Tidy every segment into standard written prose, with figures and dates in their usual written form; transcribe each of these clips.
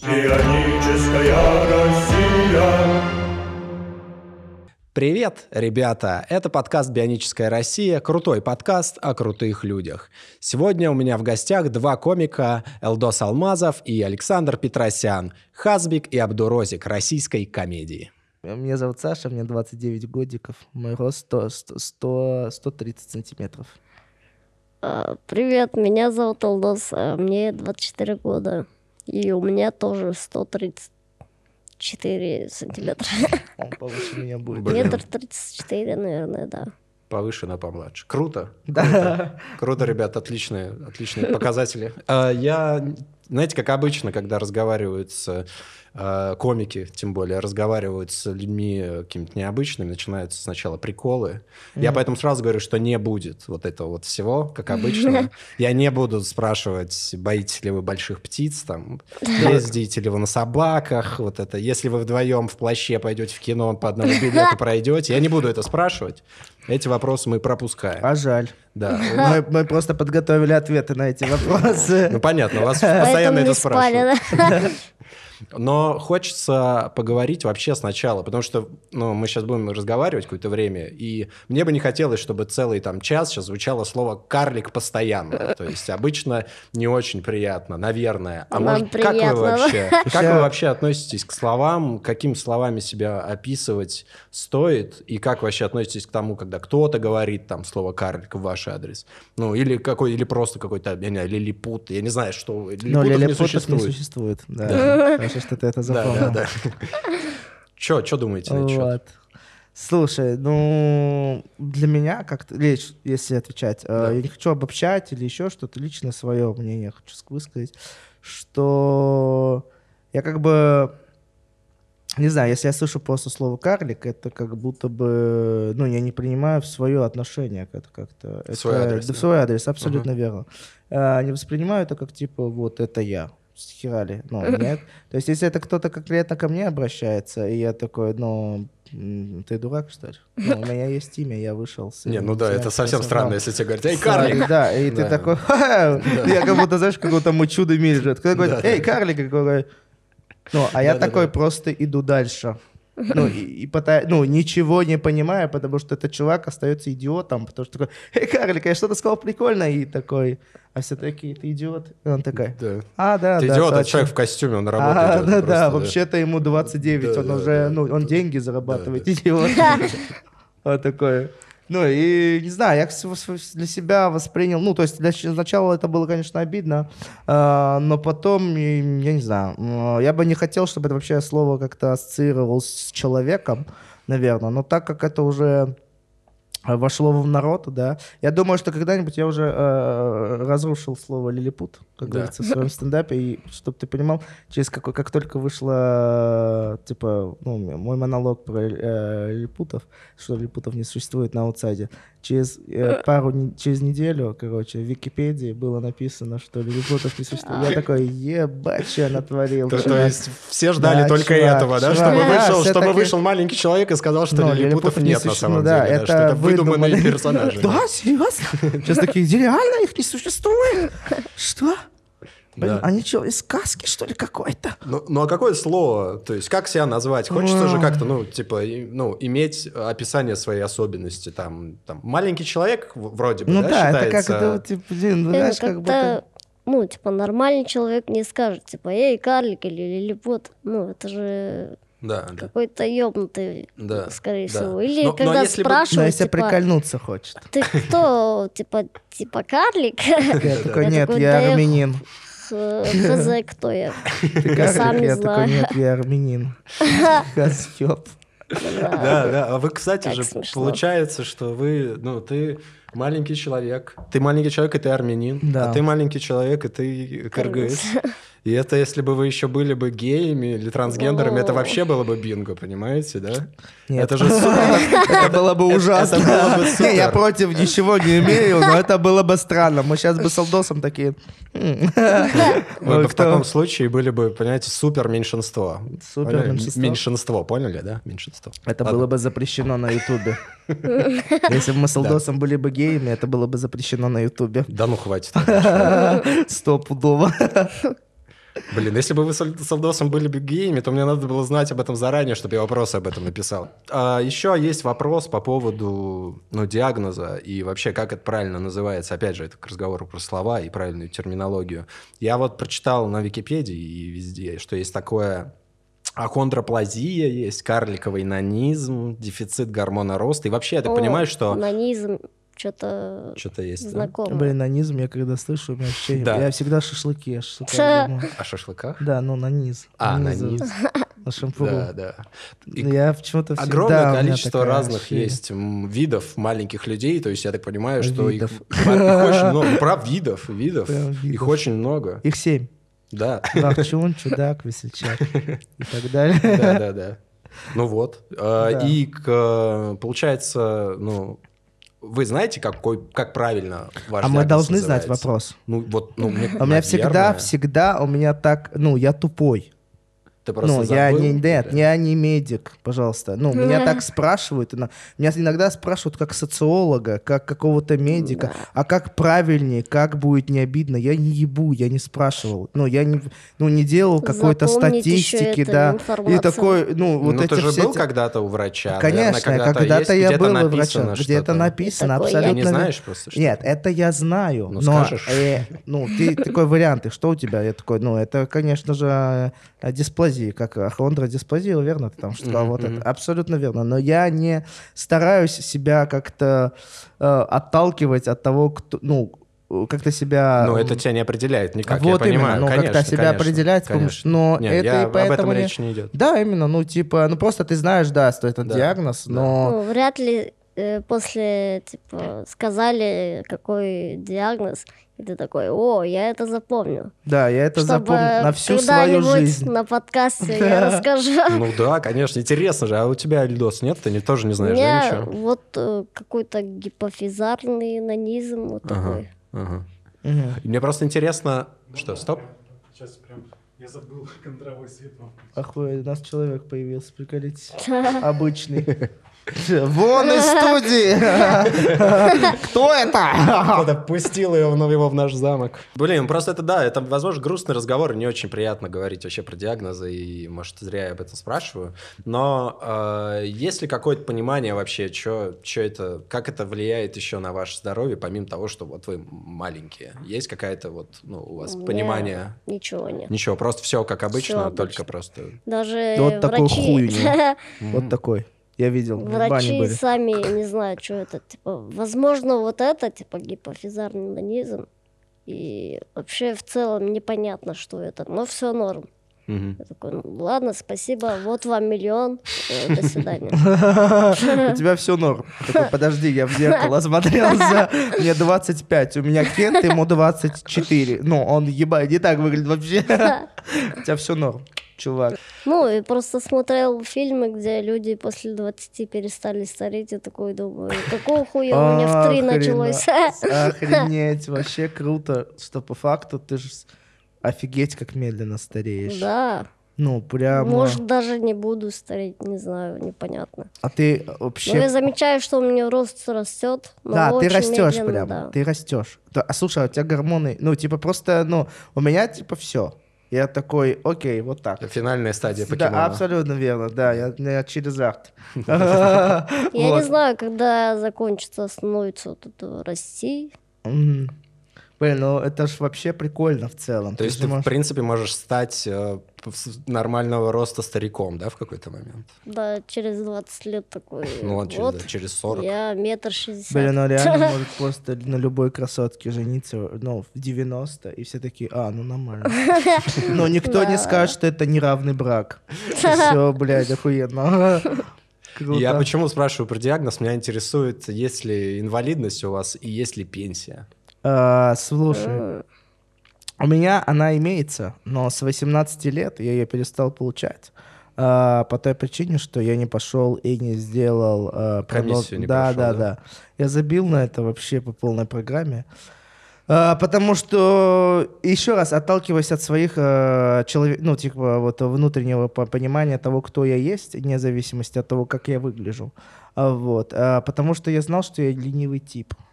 Бионическая Россия. Привет, ребята! Это подкаст «Бионическая Россия», крутой подкаст о крутых людях. Сегодня у меня в гостях два комика Элдос Алмазов и Александр Петросян, Хазбик и Абдурозик российской комедии. Меня зовут Саша, мне 29 годиков, мой рост 130 сантиметров. Привет, меня зовут Элдос, мне 24 года, и у меня тоже 134 сантиметра. Он повыше меня будет. Блин. Метр 34, наверное, да. Повыше, но помладше. Круто. Да. Круто, ребят, отличные показатели. Знаете, как обычно, когда разговаривают с комики, тем более, разговаривают с людьми какими-то необычными, начинаются сначала приколы. Я поэтому сразу говорю, что не будет вот этого вот всего, как обычно. Я не буду спрашивать, боитесь ли вы больших птиц, там, ездите ли вы на собаках, вот это. Если вы вдвоем в плаще пойдете в кино, по одному билету пройдете, я не буду это спрашивать. Эти вопросы мы пропускаем. А жаль. Да. Мы просто подготовили ответы на эти вопросы. Ну, понятно, вас постоянно Поэтому это не спали, спрашивают. Но хочется поговорить вообще сначала, потому что мы сейчас будем разговаривать какое-то время, и мне бы не хотелось, чтобы целый там час сейчас звучало слово «карлик» постоянно. То есть обычно не очень приятно, наверное. А Нам может, как вы приятно. вообще относитесь к словам, какими словами себя описывать стоит, и как вообще относитесь к тому, когда кто-то говорит там слово «карлик» в ваш адрес? Ну, или просто какой-то, я не знаю, лилипут, я не знаю, что... Но Лилипутов не существует. Да. Хорошо, что ты это запомнил. Да. Чё думаете на счет? Вот. Слушай, для меня как-то, если отвечать, я не хочу обобщать или еще что-то, лично свое мнение хочу высказать, что я как бы, не знаю, если я слышу просто слово «карлик», это как будто бы, я не принимаю в свое отношение к это как-то. В свой адрес, в свой адрес, абсолютно верно. Не воспринимаю это как, типа, вот это я. Схерали. Нет. То есть, если это кто-то конкретно ко мне обращается, и я такой, ты дурак, что ли? У меня есть имя, я вышел с... это совсем странно, если тебе говорят, эй, карлик! Да, и ты такой, я как будто, знаешь, какого-то чудо мире живет. Кто говорит, эй, карлик, какой... А я такой просто иду дальше. Ничего не понимаю, потому что этот чувак остается идиотом, потому что такой, эй, карлик, я что-то сказал прикольно, и такой, а все такие, ты идиот? И он такой, да. Ты идиот, а человек в костюме, он на работу идет. Да, вообще-то ему 29, он уже, он деньги зарабатывает, идиот. Вот такой. И не знаю, я для себя воспринял, то есть сначала это было, конечно, обидно, но потом, я не знаю, я бы не хотел, чтобы это вообще слово как-то ассоциировалось с человеком, наверное, но так как это уже вошло в народ, да, я думаю, что когда-нибудь я уже разрушил слово «лилипут», как говорится, в своем стендапе, и чтобы ты понимал, как только вышло, мой монолог про лилипутов, что лилипутов не существует на аутсайде, через неделю, в Википедии было написано, что лилипутов не существует. Я такой, ебать, что я натворил. То есть все ждали только этого, да, чтобы вышел маленький человек и сказал, что лилипутов нет на самом деле, что это выдуманные персонажи. Да, серьезно? Сейчас такие, реально их не существует? Что? Блин, они что, из сказки, что ли, какой-то? А какое слово? То есть как себя назвать? Хочется же как-то, иметь описание своей особенности. Там маленький человек вроде бы, считается... это как, знаешь, как будто... нормальный человек не скажет, эй, карлик или лилипут. Это же... какой-то ёбнутый, скорее всего. Или когда спрашивают, но если прикольнуться хочет. Ты кто? Карлик? Я такой, нет, я армянин. Хз, кто я? Ты карлик? Я такой, нет, я армянин. Костёп. Да. А вы, кстати же, получается, что ты маленький человек. Ты маленький человек, и ты армянин. Да. А ты маленький человек, и ты кыргыз. И это, если бы вы еще были бы геями или трансгендерами, это вообще было бы бинго, понимаете, да? Нет. Это же супер. Это было бы ужасно. Это было бы супер. Я против ничего не имею, но это было бы странно. Мы сейчас бы с Алдосом такие... Мы бы в таком случае были бы, понимаете, супер меньшинство. Супер меньшинство. Меньшинство, поняли, да? Меньшинство. Это было бы запрещено на Ютубе. Если бы мы с Алдосом были бы геями, это было бы запрещено на Ютубе. Да ну хватит. Стопудово. Блин, если бы вы с Алдосом были бы геями, то мне надо было знать об этом заранее, чтобы я вопросы об этом написал. Еще есть вопрос по поводу диагноза и вообще, как это правильно называется. Опять же, это к разговору про слова и правильную терминологию. Я вот прочитал на Википедии и везде, что есть такое... Ахондроплазия есть, карликовый нанизм, дефицит гормона роста. И вообще, я так понимаю, что... Нанизм, что-то есть знакомое. Блин, нанизм я когда слышу, у меня ощущение... Да. Я всегда шашлыки. О шашлыках? Да, наниз. Наниз. На шампуру. Да. Я почему-то всегда... Огромное количество разных есть видов маленьких людей, то есть я так понимаю, что их очень много. Прав, видов. Их очень много. Их 7. Да. Ворчун, чудак, весельчак и так далее. Да. Ну вот. И получается, вы знаете, как правильно ваш диагноз мы должны называется? знать вопрос. У меня всегда, у меня так, я тупой. Ты просто забыл? Я не медик, пожалуйста. Меня так спрашивают. Меня иногда спрашивают как социолога, как какого-то медика, а как правильнее, как будет не обидно. Я не ебу, я не спрашивал. Я не делал какой-то статистики, да. И такой, ты же был когда-то у врача. Конечно, когда-то я был у врача. Где-то написано абсолютно. Ты не знаешь просто, что? Нет, это я знаю. Но скажешь. ты такой вариант, и что у тебя? Я такой, это, конечно же, дисплазия, как ахондродисплазия, верно? Ты там что сказал? Вот это абсолютно верно. Но я не стараюсь себя как-то отталкивать от того, кто, как-то себя... это тебя не определяет никак, вот я понимаю. Именно, конечно, как-то себя определять, но нет, это и поэтому... об этом речь не идет. Да, именно, просто ты знаешь, что это диагноз, но... вряд ли после, сказали, какой диагноз, и ты такой, я это запомню. Да, я это запомню на всю свою жизнь. На подкасте я расскажу. Да, конечно, интересно же. А у тебя, Ильдос, нет? Ты тоже не знаешь, да, ничего? Вот какой-то гипофизарный нанизм, вот такой. Мне просто интересно... Что, стоп? Сейчас прям... Я забыл контровой свет вам. Охуеть, у нас человек появился, приколитесь. Обычный. Вон из студии! Кто это? Кто-то пустил его в наш замок. Блин, просто это, возможно, грустный разговор, не очень приятно говорить вообще про диагнозы, и, может, зря я об этом спрашиваю. Но есть ли какое-то понимание вообще, как это влияет еще на ваше здоровье, помимо того, что вот вы маленькие? Есть какая-то у вас понимание? Ничего нет. Ничего, просто все как обычно, только просто... Даже вот такой хуй у него. Вот такой. Я видел, врачи сами не знают, что это. Возможно, вот это, гипофизарный нанизм. И вообще в целом непонятно, что это. Но все норм. Я такой, ладно, спасибо, вот вам 1 миллион, до свидания. У тебя все норм. Подожди, я в зеркало смотрелся, мне 25, у меня Кент, ему 24. Он не так выглядит вообще. У тебя все норм, чувак. И просто смотрел фильмы, где люди после 20 перестали стареть, и такой думаю, какого хуя у меня в 3 началось. Охренеть, вообще круто, что по факту ты же офигеть, как медленно стареешь. Да. Прямо... Может, даже не буду стареть, не знаю, непонятно. А ты вообще... Я замечаю, что у меня рост растет, но да, очень ты растешь медленно, прямо, да. ты растешь. Слушай, а у тебя гормоны, просто, у меня, все. Я такой, окей, вот так. Финальная стадия покемона. Да, абсолютно верно, да, я через арт. Я не знаю, когда закончится, становится расти. Блин, это ж вообще прикольно в целом. То есть ты, в принципе, можешь стать нормального роста стариком, да, в какой-то момент? Да, через 20 лет такой. Через 40. Я 1,60 м. Блин, реально может просто на любой красотке жениться, в 90, и все такие, нормально. Но никто не скажет, что это неравный брак. Все, блядь, охуенно. Круто. Я почему спрашиваю про диагноз? Меня интересует, есть ли инвалидность у вас и есть ли пенсия? Слушай, у меня она имеется, но с 18 лет я ее перестал получать. По той причине, что я не пошел и не сделал... Комиссию не прошел, да. Я забил на это вообще по полной программе. Потому что, еще раз, отталкиваясь от своих внутреннего понимания того, кто я есть, вне зависимости от того, как я выгляжу. Потому что я знал, что я ленивый тип.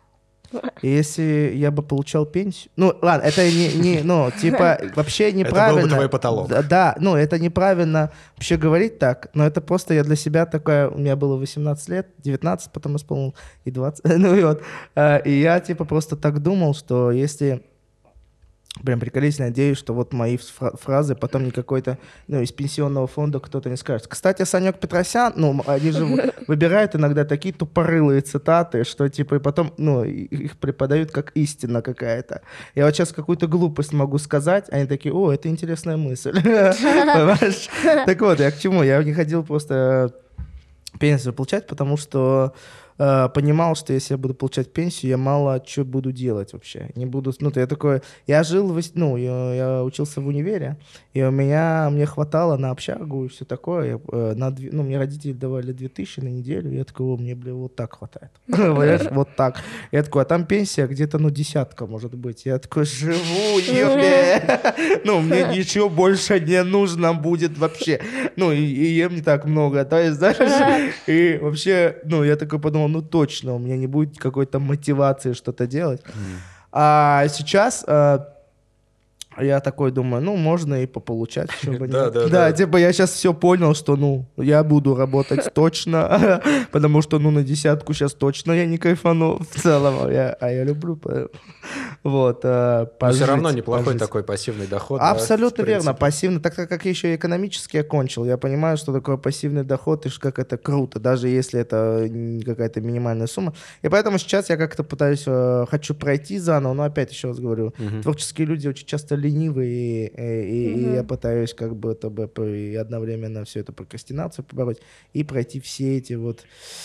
И если я бы получал пенсию... Ну, ладно, это ну, типа, вообще неправильно. Это был бы твой потолок. Да, ну, это неправильно вообще говорить так, но это просто я для себя такая... У меня было 18 лет, 19 потом исполнил, и 20. Ну, и вот. И я, типа, просто так думал, что если... Прям приколись, надеюсь, что вот мои фразы потом не какой-то, ну, из пенсионного фонда кто-то не скажет. Кстати, Санек Петросян, ну, они же выбирают иногда такие тупорылые цитаты, что, типа, и потом, ну, их преподают как истина какая-то. Я вот сейчас какую-то глупость могу сказать, они такие, о, это интересная мысль. Понимаешь? Так вот, я к чему? Я не ходил просто пенсию получать, потому что понимал, что если я буду получать пенсию, я мало что буду делать вообще. Не буду, ну, я такой, я жил, ну, я учился в универе, и мне хватало на общагу и все такое. Ну, мне родители давали 2000 на неделю, я такой, мне, вот так хватает. Понимаешь, вот так. Я такой, а там пенсия где-то, ну, 10 может быть. Я такой, живу, ну, мне ничего больше не нужно будет вообще. Ну, и ем не так много, то есть, знаешь, и вообще, ну, я такой подумал, ну точно, у меня не будет какой-то мотивации что-то делать. А сейчас я такой думаю, ну, можно и пополучать. Да, типа я сейчас все понял, что, ну, я буду работать точно, потому что, ну, на 10 сейчас точно я не кайфану в целом, я люблю, вот, но все равно неплохой такой пассивный доход. Абсолютно верно, пассивный, так как я еще и экономически окончил, я понимаю, что такое пассивный доход, и как это круто, даже если это какая-то минимальная сумма. И поэтому сейчас я как-то пытаюсь, хочу пройти заново, но опять еще раз говорю, творческие люди очень часто ленивые, и я пытаюсь как бы и одновременно всю эту прокрастинацию побороть и пройти все эти вот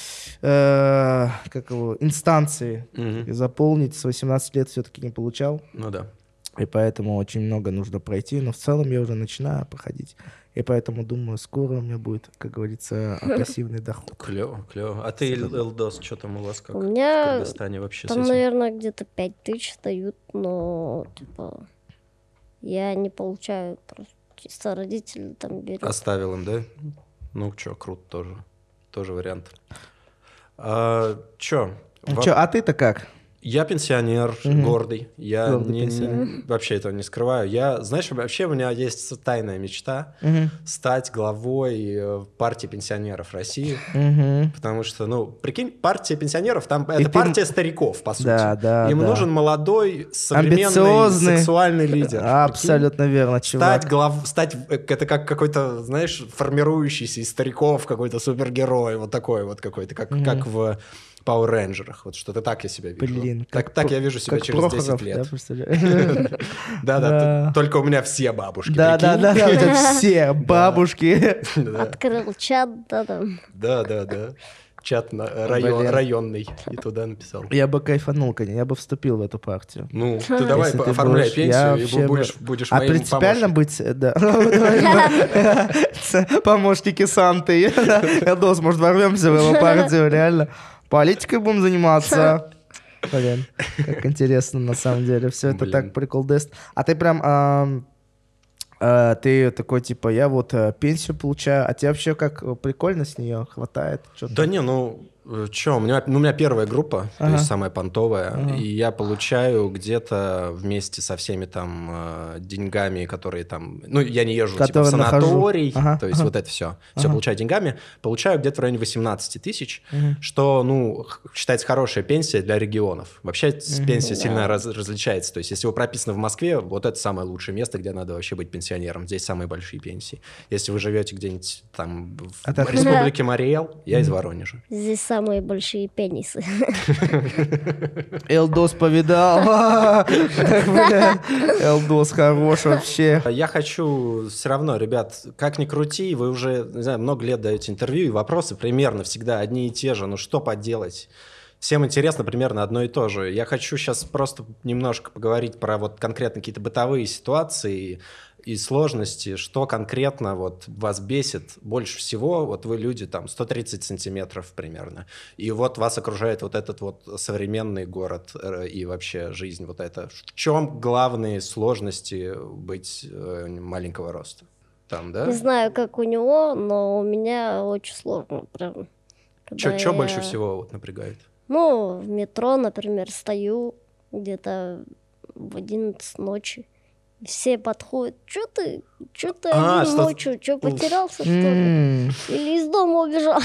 инстанции, и заполнить. С 18 лет все-таки не получал. Ну да. И поэтому очень много нужно пройти, но в целом я уже начинаю проходить. И поэтому думаю, скоро у меня будет, как говорится, пассивный доход. Клево, клево. А ты, Элдос, что там у вас как У меня в Кыргызстане вообще там, с этим? наверное, где-то 5000 дают, но, типа, я не получаю, просто чисто родители там берут. Оставил им, да? Ну, чё, круто тоже вариант. Чё, А ты-то как? Я пенсионер, гордый. Я Гордый пенсионер. вообще этого не скрываю. Знаешь, вообще у меня есть тайная мечта стать главой партии пенсионеров России. Потому что, ну, прикинь, партия пенсионеров, это партия стариков, по сути. Да, Им нужен молодой, современный, амбициозный, сексуальный лидер. Абсолютно верно, чувак. Стать это как какой-то, знаешь, формирующийся из стариков какой-то супергерой, вот такой вот какой-то, как в Power Rangers. Вот что-то так я себя вижу. Блин, так я вижу себя как через Прохоров, 10 лет. Да, представляешь? Да, только у меня все бабушки. Да, прикинь. у тебя все бабушки. Открыл чат, да, там. Да. Чат районный. И туда написал. Я бы кайфанул, конечно, я бы вступил в эту партию. Ну, ты давай Если ты оформляй будешь, я пенсию, и вообще будешь А моим принципиально помощником. быть, да. Помощники Санты. Элдос, может, ворвемся в его партию, реально. Политикой будем заниматься. Блин, как интересно, на самом деле. Все это так приколдест. А ты прям... ты такой, типа, я вот пенсию получаю, а тебе вообще как прикольно с нее хватает? Да не, ну, что, у меня первая группа, то есть самая понтовая, и я получаю где-то вместе со всеми там деньгами, которые там... Ну, я не езжу типа в санаторий, то есть вот это все. Все получаю деньгами. Получаю где-то в районе 18 тысяч, что, ну, считается хорошая пенсия для регионов. Вообще пенсия сильно различается. То есть если вы прописаны в Москве, вот это самое лучшее место, где надо вообще быть пенсионером. Здесь самые большие пенсии. Если вы живете где-нибудь там в республике Мариэл, я из Воронежа. Здесь самые большие пенисы. Элдос повидал. Элдос хорош вообще. Я хочу все равно, ребят, как ни крути, вы уже, не знаю, много лет даете интервью, и вопросы примерно всегда одни и те же. Ну что поделать? Всем интересно примерно одно и то же. Я хочу сейчас просто немножко поговорить про вот конкретно какие-то бытовые ситуации и сложности, что конкретно вот вас бесит больше всего. Вот вы люди там 130 сантиметров примерно, и вот вас окружает вот этот вот современный город и вообще жизнь вот это. В чем главные сложности быть маленького роста? Там, да? Не знаю, как у него, но у меня очень сложно прям. Что больше всего вот напрягает? Ну, в метро, например, стою где-то в 11 ночи. И все подходят. Чё ты один ночью? Чё, потерялся, что ли? Или из дома убежал?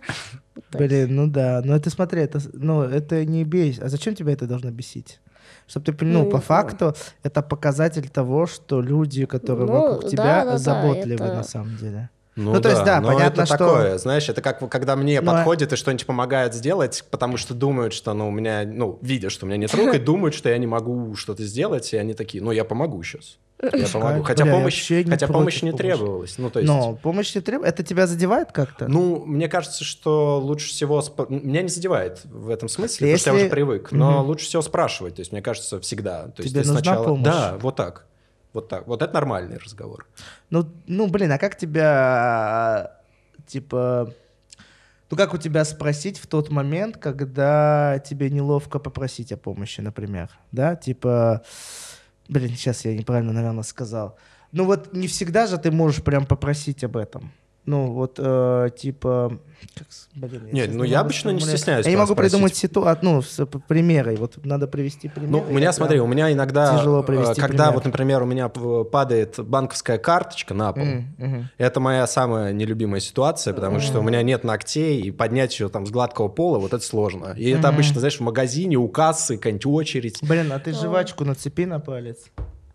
Блин, ну да. Но это смотри, это не бесит. А зачем тебя это должно бесить? Чтобы ты понял, Ну, по не факту это показатель того, что люди, которые Ну, вокруг да, тебя, да, заботливы это- на самом деле. Ну, то есть, да, но понятно, это что- такое, знаешь, это как когда мне Но- подходит и что-нибудь помогает сделать, потому что думают, что, у меня, видят, что у меня нет рук, и думают, что я не могу что-то сделать, и они такие, я помогу сейчас. Я помогу. Хотя Бля, я помощь, вообще не хотя помощь против не помощи. требовалась. Ну, то есть, Но помощь не требует. Это тебя задевает как-то? мне кажется, что лучше всего... Меня не задевает в этом смысле, потому что я Если- уже привык. Но лучше всего спрашивать. То есть, мне кажется, всегда. То есть, Тебе ты нужна сначала... помощь? Да, вот так. Вот так. Вот это нормальный разговор. Блин, а как тебя, типа... Ну, как у тебя спросить в тот момент, когда тебе неловко попросить о помощи, например? Да, типа... Блин, сейчас я неправильно, наверное, сказал. Ну, вот не всегда же ты можешь прям попросить об этом. Ну, вот, типа... Блин, Нет, щас я могу обычно не сформулировать. стесняюсь Я не могу спросить. придумать примеры. Вот надо привести примеры. У меня, смотри, у меня иногда, тяжело привести когда пример. например, у меня падает банковская карточка на пол, это моя самая нелюбимая ситуация, потому что у меня нет ногтей, и поднять ее там с гладкого пола, вот это сложно. И это обычно, знаешь, в магазине, у кассы, какая-нибудь очередь. Блин, а ты жвачку нацепи на палец.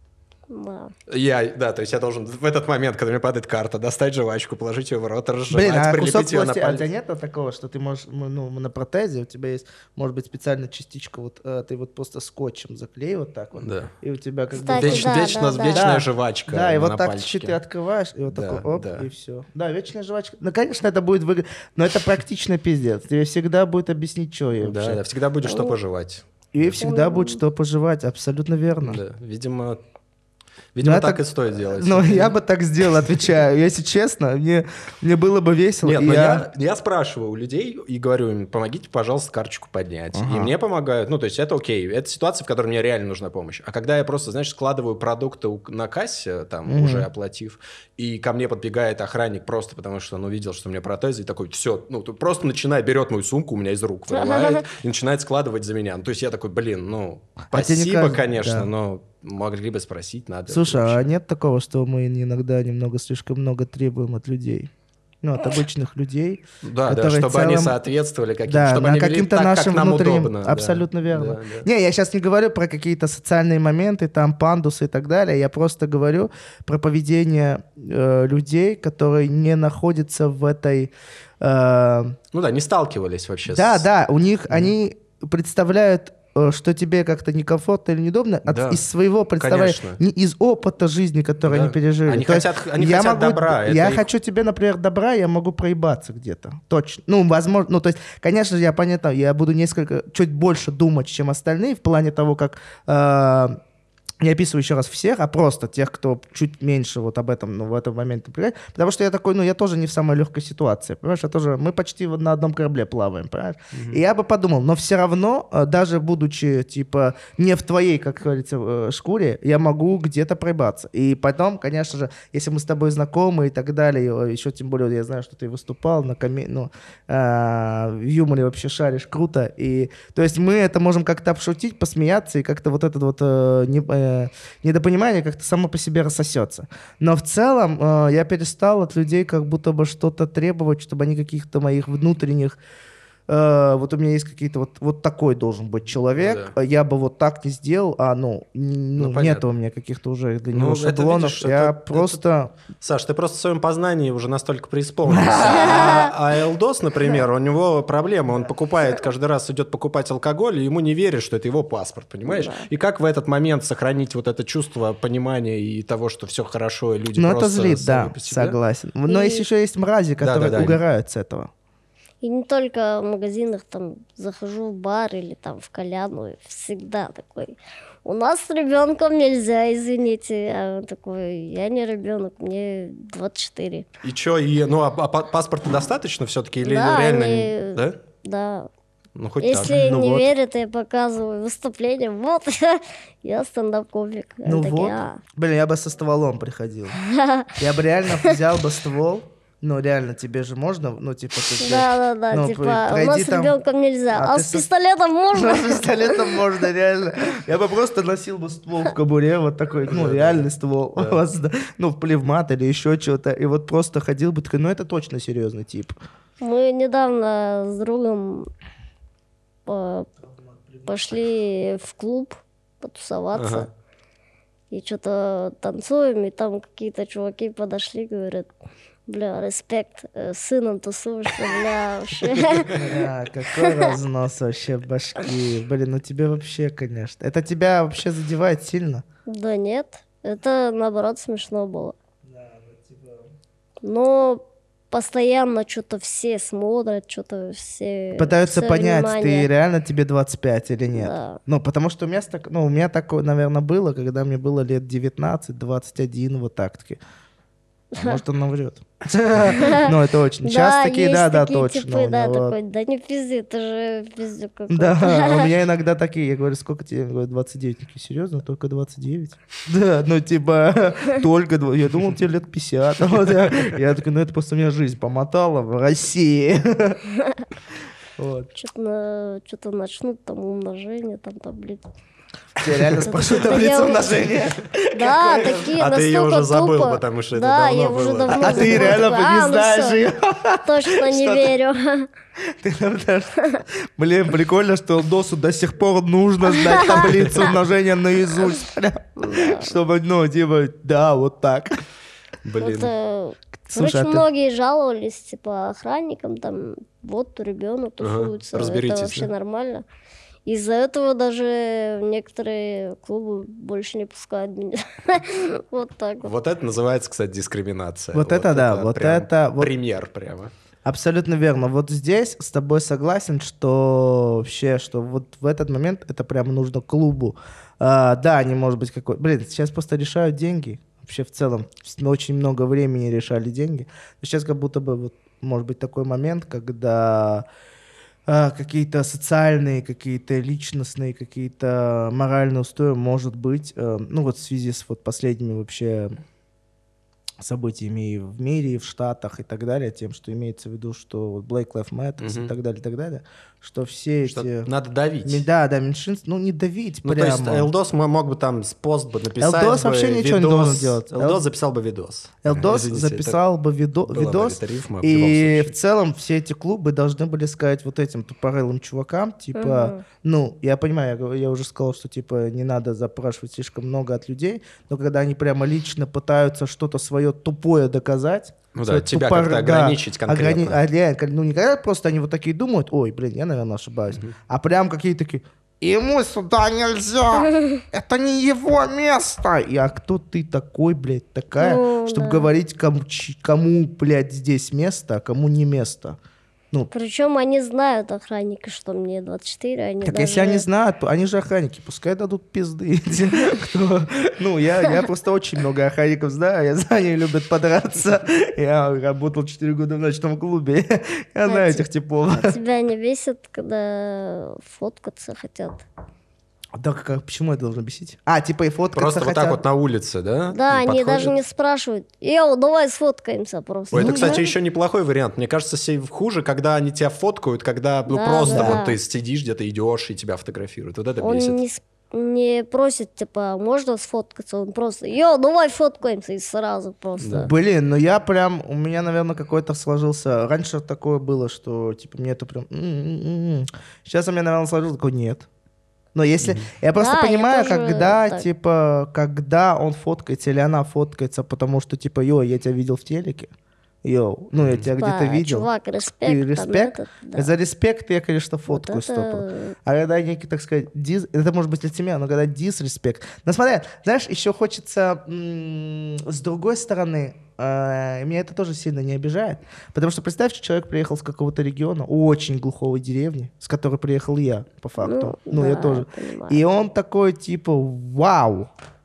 Да. То есть я должен в этот момент, когда мне падает карта, достать жвачку, положить ее в рот, Блин, разжевать, а кусок прилепить ее на пластика, а у тебя палец. нет такого, что ты можешь, на протезе у тебя есть, может быть, специальная частичка, ты вот просто скотчем заклеил вот так вот, Да. и у тебя как Кстати, бы... Вечно, да, вечно, да. вечная Да. жвачка Да, и на вот так пальчике. чуть-чуть ты открываешь, и вот Да, такой оп, да. и все. Да, вечная жвачка. Ну, конечно, это будет выгодно, но это практично пиздец. Тебе всегда будет объяснить, что ей вообще. Да, всегда будет что пожевать. И всегда будет что пожевать, абсолютно верно. Да, видимо, Ну, это- так и стоит делать. Ну, я бы так сделал, отвечаю. Если честно, мне было бы весело. Нет, и но я спрашиваю у людей и говорю им, помогите, пожалуйста, карточку поднять. И мне помогают. Ну, то есть это окей. Это ситуация, в которой мне реально нужна помощь. А когда я просто, знаешь, складываю продукты на кассе, там, уже оплатив, и ко мне подбегает охранник просто потому, что он увидел, что у меня протезы, и такой, все, тут просто берет мою сумку у меня из рук, вырывает и начинает складывать за меня. Ну, то есть я такой, блин, тебе не спасибо, кажется- конечно, да. но могли бы спросить, надо. Слушай, вообще. а нет такого, что мы иногда немного слишком много требуем от людей? Ну, от обычных людей. Да, которые чтобы в целом- они соответствовали каким-то, Да, чтобы на они вели каким-то так, нашим как нам внутренним... удобно. Да. Абсолютно верно. Да, да. Не, я сейчас не говорю про какие-то социальные моменты, там, пандусы и так далее. Я просто говорю про поведение людей, которые не находятся в этой... Не сталкивались вообще Да, у них они представляют, что тебе как-то некомфортно или неудобно, Да. из своего представления, Конечно. не из опыта жизни, который Да. они пережили. Они То есть они я хотят добра, это Я их- хочу тебе, например, добра, я могу проебаться где-то. Точно. Ну, возможно, то есть, конечно же, я буду чуть больше думать, чем остальные, в плане того, как... не описываю еще раз всех, а просто тех, кто чуть меньше вот об этом, в этом моменте напрягает. Потому что я такой, я тоже не в самой легкой ситуации, понимаешь? Мы почти на одном корабле плаваем, понимаешь? И я бы подумал, но все равно, даже будучи, типа, не в твоей, как говорится, шкуре, я могу где-то проебаться. И потом, конечно же, если мы с тобой знакомы и так далее, еще тем более я знаю, что ты выступал в юморе вообще шаришь круто. И, то есть мы это можем как-то обшутить, посмеяться, и как-то вот этот вот недопонимание как-то само по себе рассосется. Но в целом я перестал от людей как будто бы что-то требовать, чтобы они каких-то моих внутренних... вот у меня есть какие-то вот такой должен быть человек, Да. я бы вот так не сделал, нет понятно. у меня каких-то уже для него это, шаблонов. видишь, Я это- просто... Саш, ты просто в своем познании уже настолько преисполнился. А Элдос, например, у него проблема. Он каждый раз идет покупать алкоголь, и ему не верят, что это его паспорт, понимаешь? И как в этот момент сохранить вот это чувство понимания и того, что все хорошо, и люди Ну, это просто злит, сами да, по себе? согласен. Но И- еще есть мрази, которые Да-да-да. угорают с этого. И не только в магазинах, там, захожу в бар или там в кальянную, всегда такой, у нас с ребенком нельзя, извините. А он такой, я не ребенок, мне 24. И что, паспорта достаточно все-таки? Или Да, реально... они- Да? Да. Ну, хоть Если так. не вот. верят, я показываю выступление. Вот, я стендап-комик. Они Ну такие, вот. «А». Блин, я бы со стволом приходил. Я бы реально взял бы ствол Ну, реально, тебе же можно, ну, типа... Да, ну, типа, у нас пройди с там- ребенком нельзя, А а ты с пистолетом можно? С пистолетом можно, реально. Я бы просто носил бы ствол в кобуре, вот такой, ну, реальный ствол. У вас, да, ну, в плевмат или еще что-то. И вот просто ходил бы такой, ну, это точно серьезный тип. Мы недавно с другом пошли в клуб потусоваться. Ага. И что-то танцуем, и там какие-то чуваки подошли, говорят, бля, респект, с сыном тусуешься, бля, вообще. Бля, какой разнос вообще башки. Блин, ну тебе вообще, конечно. Это тебя вообще задевает сильно? Да нет, это наоборот смешно было. Но постоянно что-то все смотрят, что-то все... Пытаются всё понять, внимание. ты реально тебе 25 или нет. Да. Ну, потому что у меня такое, наверное, было, когда мне было лет 19, 21, вот так-таки. А может, он наврет. Ну, это очень. Сейчас такие, есть да, такие точно. типы, у да, него. такой, да не пизди, ты же пиздюк какой-то. Да, у меня иногда такие, я говорю, сколько тебе? Он говорит, 29. Такие, серьезно, только 29? Да, ну типа, только, я думал, тебе лет 50. Вот я такой, ну это просто у меня жизнь помотала в России. Вот. Что-то начнут там умножение, там таблицы. Тебя реально спрашивают таблицу умножения. Да, такие А ты ее настолько уже забыл, тупо. потому что это Да, давно я уже было. давно А ты забыла, реально такой, не ну знаешь всё, ее. Точно не Что-то- верю. Ты там даже- Блин, прикольно, что ДОСу до сих пор нужно знать таблицу умножения наизусть. Прям. Чтобы, ну, типа, да, вот так. Блин. Вот, Слушай, короче, а ты- многие жаловались, типа, охранникам, там, вот ребенок тусуется, разберитесь, это вообще да? нормально. Из-за этого даже некоторые клубы больше не пускают меня. Вот так вот. Вот это называется, кстати, дискриминация. Вот это да, вот прям это вот- пример прямо. Абсолютно верно. Вот здесь с тобой согласен, что вообще, что вот в этот момент это прям нужно клубу. Да, не может быть какой... Блин, сейчас просто решают деньги. Вообще в целом очень много времени решали деньги. Но сейчас как будто бы вот, может быть такой момент, когда какие-то социальные, какие-то личностные, какие-то моральные устои, может быть, ну вот в связи с вот последними вообще событиями и в мире, и в Штатах и так далее, тем, что имеется в виду, что вот Black Lives Matter и так далее, что все Что эти... надо давить. Да, меньшинств, ну не давить Ну, прямо. то есть Элдос мог бы там пост бы написать. Элдос бы, вообще ничего не видос. должен делать. Элдос записал бы видос. Элдос Извините, записал бы это была бы видос, эта рифма в и любом в случае. целом все эти клубы должны были сказать вот этим тупорылым чувакам, типа, ну, я понимаю, я уже сказал, что, типа, не надо запрашивать слишком много от людей, но когда они прямо лично пытаются что-то свое тупое доказать, Ну свое да, тебя как-то ограничить конкретно. ну, не когда просто они вот такие думают, ой, блин, я, наверное, ошибаюсь, а прям какие-то такие, ему сюда нельзя, это не его место. И а кто ты такой, блядь, такая, Ну, чтобы да. говорить, кому, блядь, здесь место, а кому не место? Причем они знают, охранники, что мне 24, они Так даже... если они знают, они же охранники, пускай дадут пизды. Кто- Ну, я просто очень много охранников знаю, я знаю, они любят подраться. Я работал 4 года в ночном клубе, я знаю этих типов. А тебя не бесит, когда фоткаться хотят? Да, почему это должно бесить? Типа и фоткаться Просто вот хотят. так вот на улице, да? Да, И они подходят. даже не спрашивают. Йоу, давай сфоткаемся просто. Ой, это, Ну, кстати, да. еще неплохой вариант. Мне кажется, хуже, когда они тебя фоткают, когда ну, Да, просто да. вот ты сидишь где-то, идешь, и тебя фотографируют. Вот это Он бесит. не просит, типа, можно сфоткаться, он просто, йоу, давай фоткаемся, и сразу просто. Блин, ну я прям, у меня, наверное, какой-то сложился... Раньше такое было, что, типа, мне это прям... Сейчас у меня, наверное, сложилось, такой, нет. Но если... Я просто Да, я понимаю, тоже когда, так. типа, когда он фоткается или она фоткается, потому что, типа, я тебя видел в телеке. Йоу, ну, я тебя Типа, где-то видел. Чувак, респект. И там респект? этот, да. За респект я, конечно, Вот фоткаю это- стопу. А когда некий, так сказать, это может быть лицемерно, но когда дисреспект. Но смотри, знаешь, еще хочется с другой стороны, меня это тоже сильно не обижает, потому что представь, что человек приехал с какого-то региона, очень глухой деревни, с которой приехал я, по факту. Ну, я да, тоже. понимаю. И он такой, типа, вау,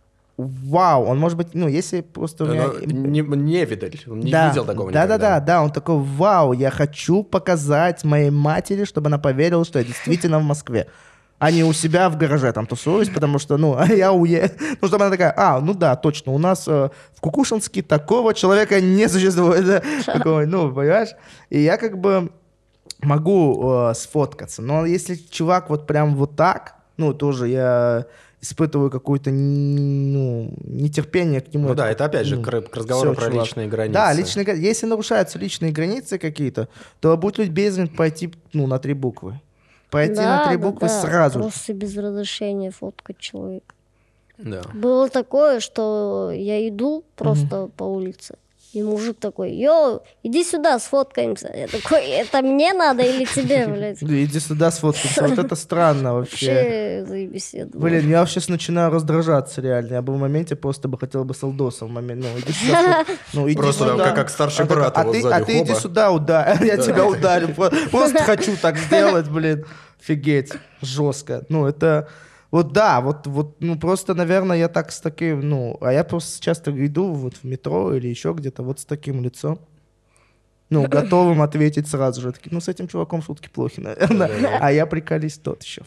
он может быть, ну, если просто у меня... Не видаль, он не Да, видел такого да, никогда. да, он такой, вау, я хочу показать моей матери, чтобы она поверила, что я действительно в Москве. а не у себя в гараже там тусуюсь, потому что, ну, а я уеду. Ну, чтобы она такая, ну да, точно, у нас в Кукушинске такого человека не существует. Да? Такой, ну, понимаешь? И я как бы могу сфоткаться, но если чувак вот прям вот так, ну, тоже я испытываю какое-то, ну, нетерпение к нему. Ну да, это опять же ну, к разговору всё, про чувак. личные границы. Да, если нарушаются личные границы какие-то, то будь любезен пойти, ну, на 3 буквы. Пойти на 3 буквы сразу же. Просто без разрешения фоткать человека. Да. Было такое, что я иду просто по улице, и мужик такой: йоу, иди сюда, сфоткаемся. Я такой: это мне надо или тебе, блядь? Иди сюда сфоткаться. Вот это странно вообще. Вообще заебись, я думаю. Блин, я сейчас начинаю раздражаться реально. Я бы в моменте просто бы хотел бы солдоса в момент. Ну, иди сюда. Ну, иди Просто сюда. как старший брат А его ты, сзади, иди хоба. сюда, ударь. Я тебя ударю. Просто хочу так сделать, блин. Офигеть. Жестко. Ну, это... Вот да, вот, ну просто, наверное, я так с таким, ну, а я просто часто иду вот в метро или еще где-то вот с таким лицом, ну, готовым ответить сразу же. Такие, ну, с этим чуваком шутки плохи, наверное. А я приколист тот еще.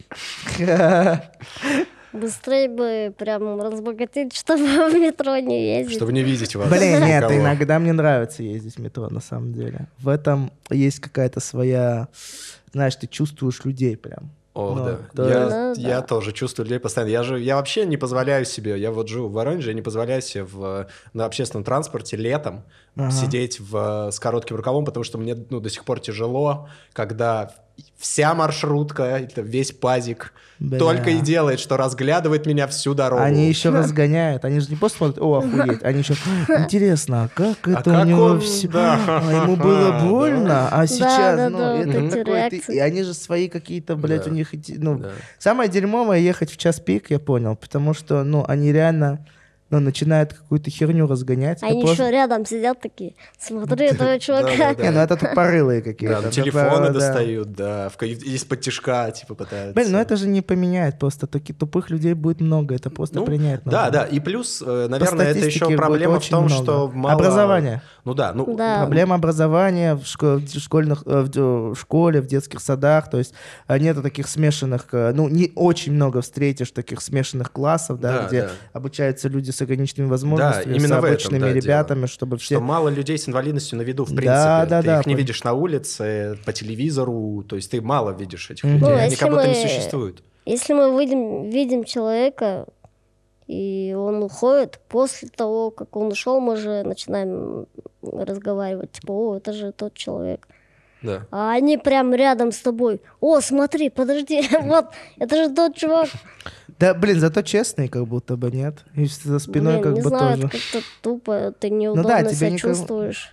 Быстрее бы прям разбогатеть, чтобы в метро не ездить. Чтобы не видеть вас. Блин, нет, никого. иногда мне нравится ездить в метро, на самом деле. В этом есть какая-то своя, знаешь, ты чувствуешь людей прям. Ох, Ну, да. то Я тоже чувствую людей постоянно. Я вообще не позволяю себе, я вот живу в Воронеже, я не позволяю себе на общественном транспорте летом сидеть с коротким рукавом, потому что мне до сих пор тяжело, когда вся маршрутка, это весь пазик, Бля. только и делает, что разглядывает меня всю дорогу. Они еще разгоняют, они же не просто смотрят, о, охуеть, они еще, интересно, а как это у как него он, все, да. ему было больно, а сейчас, да, ну, да, это вот эти такое, реакции. и они же свои какие-то, блядь, Да. у них, ну, Да. самое дерьмовое ехать в час пик, я понял, потому что, ну, они реально, ну, начинают какую-то херню разгонять. Они просто- еще рядом сидят такие: смотри, этого чувака. Да. Не, ну это тупорылые какие-то. Да, Это, телефоны да. достают, да, из-под тишка, типа, пытаются. Блин, ну это же не поменяет просто. Таких тупых людей будет много, это просто Ну, принять да, надо. да, и плюс, наверное, это статистике еще будет проблема в очень том, много. что мало... Образование. Ну да, ну... Да. Проблема образования в школе, в детских садах, то есть нету таких смешанных, ну, не очень много встретишь таких смешанных классов, да, Да, где да. обучаются люди с ограниченными возможностями, именно с в этом, обычными да, ребятами, чтобы все... Что мало людей с инвалидностью на виду, в принципе. Да, да, ты да, их не понял. видишь на улице, по телевизору, то есть ты мало видишь этих Мгм. людей, Ну, они если как будто не мы- существуют. Если мы видим человека, и он уходит, после того, как он ушел, мы же начинаем разговаривать, типа: о, это же тот человек. Да. А они прям рядом с тобой: о, смотри, подожди, вот, это же тот чувак. Да, блин, зато честный как будто бы, нет? И за спиной Блин, как не бы знаю, тоже. это как-то тупо, ты неудобно тебе себя никого- чувствуешь.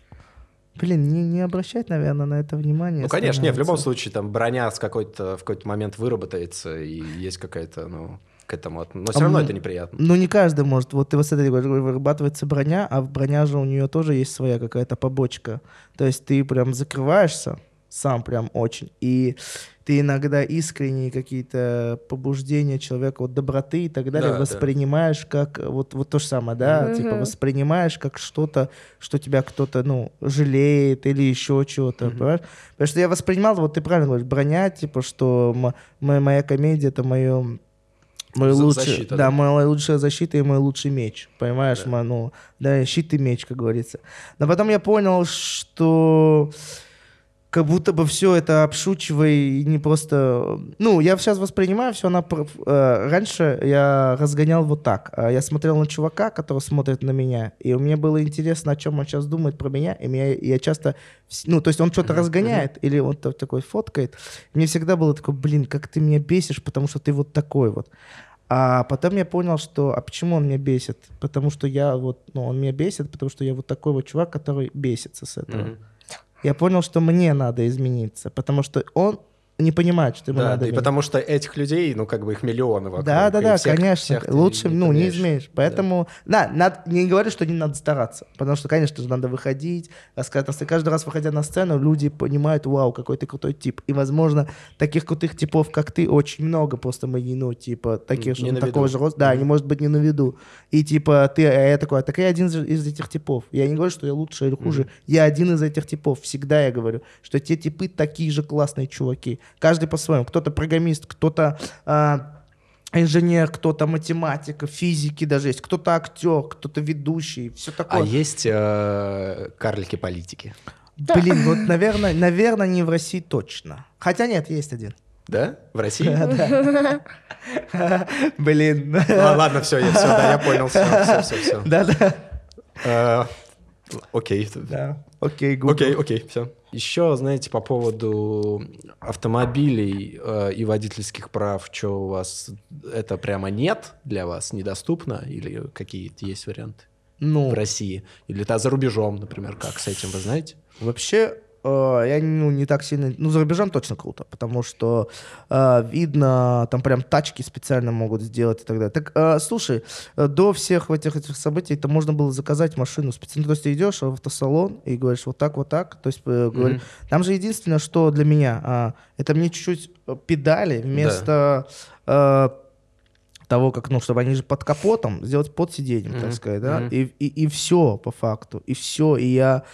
Блин, не обращать, наверное, на это внимание. Ну, конечно, нет, в любом становится. случае, там, броня в какой-то момент выработается, и есть какая-то, ну, к этому... Но все равно это неприятно. Ну, не каждый может. Вот ты вот смотри, вырабатывается броня, а в броня же у нее тоже есть своя какая-то побочка. То есть ты прям закрываешься сам прям очень, и ты иногда искренние какие-то побуждения человека, вот доброты и так далее, Да, да. воспринимаешь как вот то же самое, да, Мгм. типа воспринимаешь как что-то, что тебя кто-то, ну, жалеет или еще чего-то, понимаешь? Потому что я воспринимал, вот ты правильно говоришь, броня, типа, что моя комедия — это мое... Мой лучший, Защита, да, да? моя лучшая защита и мой лучший меч, понимаешь, Да. ну, да, щит и меч, как говорится. Но потом я понял, что как будто бы все это обшучивая и не просто... Ну, я сейчас воспринимаю все раньше я разгонял вот так. Я смотрел на чувака, который смотрит на меня, и мне было интересно, о чем он сейчас думает про меня, и я часто... Ну, то есть он что-то разгоняет, или он такой фоткает. Мне всегда было такое: блин, как ты меня бесишь, потому что ты вот такой вот. А потом я понял, что... А почему он меня бесит? Потому что я вот... Ну, он меня бесит, потому что я вот такой вот чувак, который бесится с этого. Мгм. Я понял, что мне надо измениться, потому что он не понимает, что ему Да, надо и потому что этих людей, ну, как бы их миллионы вокруг. Да, и всех- конечно. всех ты Лучше, не поменяешь. изменишь. Поэтому, не говорю, что не надо стараться. Потому что, конечно же, надо выходить, рассказать. Каждый раз, выходя на сцену, люди понимают: вау, какой ты крутой тип. И, возможно, таких крутых типов, как ты, очень много. Просто мы типа, таких, Не что на такого виду. же роста. Да, они, может быть, не на виду. И, типа, ты, а я такой: так я один из этих типов. Я не говорю, что я лучше или хуже. Я один из этих типов. Всегда я говорю, что те типы такие же классные чуваки. Каждый по-своему. Кто-то программист, кто-то инженер, кто-то математик, физики даже есть, кто-то актер, кто-то ведущий, все А такое. есть карлики-политики? Блин, вот, наверное, не в России точно. Хотя нет, есть один. Да? В России? Блин. Ладно, все, я понял, все. Да-да. Окей. Да. Окей, Google. Окей, все. Еще, знаете, по поводу автомобилей и водительских прав, что у вас это прямо нет для вас, недоступно? Или какие-то есть варианты Ну, в России? Или это за рубежом, например, как с этим, вы знаете? вообще, я не так сильно... Ну, за рубежом точно круто, потому что видно, там прям тачки специально могут сделать и так далее. Так, слушай, до всех этих событий это можно было заказать машину специально. То есть ты идешь в автосалон и говоришь вот так. То есть говоришь, там же единственное, что для меня, это мне чуть-чуть педали вместо... того, как, ну, чтобы они же под капотом сделать под сиденьем, так сказать, да, и все по факту, и все, и я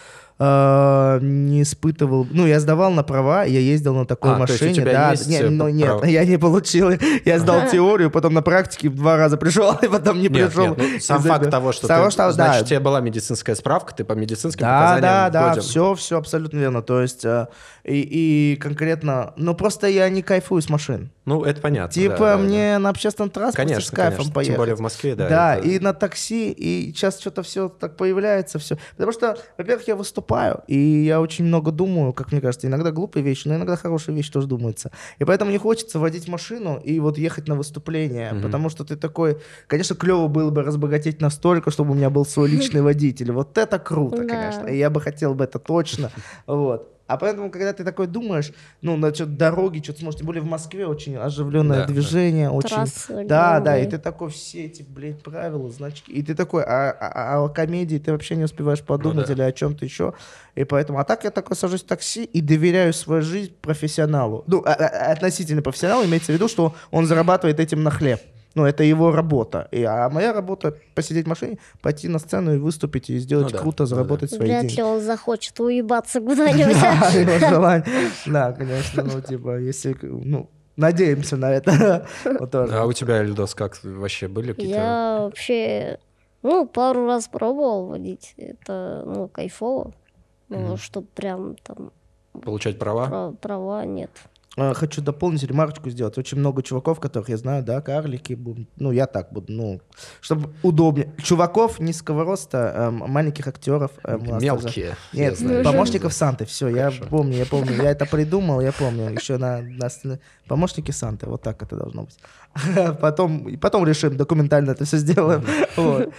не испытывал, ну, я сдавал на права, я ездил на такой то есть у машине, тебя да, есть нет, права? я не получил, я сдал теорию, потом на практике 2 раза пришел, и потом не пришел. Нет, сам факт того, что значит, у тебя была медицинская справка, ты по медицинским показаниям Да, годен. все абсолютно верно, то есть, и конкретно, ну, просто я не кайфую с машин. Ну, это понятно. Типа да. мне на общественном транспорте Конечно, с кайфом конечно. поехать. Тем более в Москве, да. Да, это- и на такси, и сейчас что-то все так появляется, все. Потому что, во-первых, я выступаю, и я очень много думаю, как мне кажется, иногда глупые вещи, но иногда хорошие вещи тоже думаются. И поэтому не хочется водить машину и вот ехать на выступление, потому что ты такой, конечно, клево было бы разбогатеть настолько, чтобы у меня был свой личный водитель. Вот это круто, Да. конечно. И я бы хотел бы это точно. Вот. А поэтому, когда ты такой думаешь, ну, на что-то дороги, что-то сможешь, тем более в Москве очень оживленное Да, да. движение, очень... Трассы Да, и огромные. ты такой, все эти, блядь, правила, значки, и ты такой, о комедии ты вообще не успеваешь подумать да. или о чем-то еще, и поэтому, а так я такой сажусь в такси и доверяю свою жизнь профессионалу, ну, относительно профессионалу, имеется в виду, что он зарабатывает этим на хлеб. Ну, это его работа. А моя работа — посидеть в машине, пойти на сцену и выступить, и сделать Ну да, круто, ну заработать свои Вряд деньги. ли он захочет уебаться куда-нибудь. Да, его желание. Да, конечно, ну, типа, если, ну, надеемся на это. Вот тоже. А у тебя, Эльдос, как вообще были какие-то... Я вообще, ну, пару раз пробовал водить. Это, ну, кайфово. Ну, чтоб прям там Получать права? права нет. Хочу дополнить, ремарочку сделать. Очень много чуваков, которых я знаю, да, карлики будут. Ну, я так буду, ну, чтобы удобнее. Чуваков низкого роста, маленьких актеров. у нас тоже. Мелкие. я Нет, знаю. помощников Санты, все, я Хорошо. помню, я это придумал, я помню, еще на помощники Санты, вот так это должно быть. Потом решим, документально это все сделаем. Вот.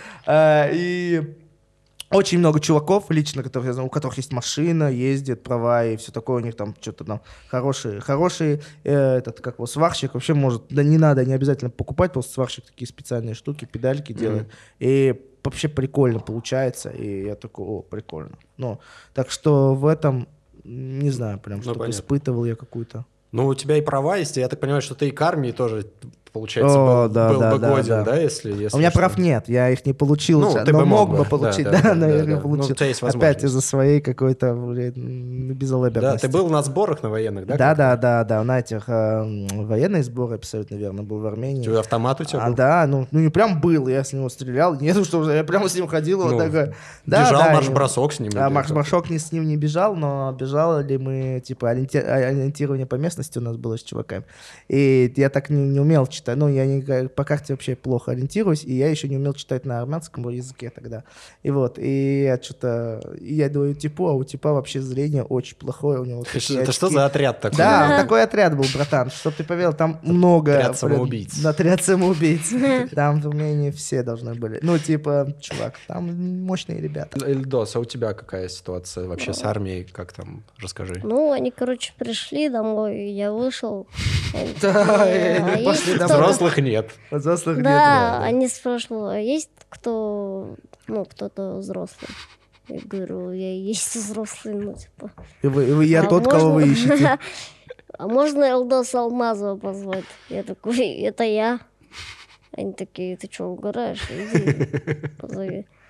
И очень много чуваков лично, которых я знаю, у которых есть машина, ездят, права и все такое, у них там что-то там хороший этот, как его, сварщик, вообще может, да не надо, не обязательно покупать, просто сварщик такие специальные штуки, педальки делает, и вообще прикольно получается, и я такой, о, прикольно. Ну, так что в этом, не знаю, прям, что-то понятно. испытывал я какую-то. Ну, у тебя и права есть, и я так понимаю, что ты и к армии тоже, получается, О, был, да, был да, бы да, годен, да. да, если У меня что. прав нет, я их не получил, Ну, ты но бы мог мог бы бы, получить, да, да, да, но я их да, не да. получил. Ну, у тебя есть Опять возможность. из-за своей какой-то, блин, безалаберности. Да, ты был на сборах на военных, да? Да, на этих военные сборы, абсолютно верно, был в Армении. Что, автомат у тебя был? Да, ну не прям был, я с него стрелял, нет, что я прямо с ним ходил, Ну, вот такой. бежал да, марш-бросок с ним? или как? Марш-бросок с ним не бежал, но бежали мы, типа, ориентирование по местности у нас было с чуваками. И я так не умел читать, ну, я по карте вообще плохо ориентируюсь, и я еще не умел читать на армянском языке тогда. И вот, и я что-то, я думаю, типа, а у типа вообще зрение очень плохое, у него такие Это что очки. за отряд такой? Да, такой отряд был, братан, чтоб ты поверил, там много... Отряд самоубийц. Да, отряд самоубийц. Там в менее все должны были. Ну, типа, чувак, там мощные ребята. Эльдос, а у тебя какая ситуация вообще с армией? Как там? Расскажи. Ну, они, короче, пришли домой, я вышел. Они Да, такие, и они «А есть пошли кто-то?» домой. Взрослых нет. Взрослых нет. Да, они спрашивали, а есть кто, ну, кто-то взрослый? Я говорю, я и есть взрослый, ну, типа. Я «А тот, кого вы можно- ищете. А можно Элдоса Алмазова позвать? Я такой, это я. Они такие, ты что, угораешь? Иди, позови.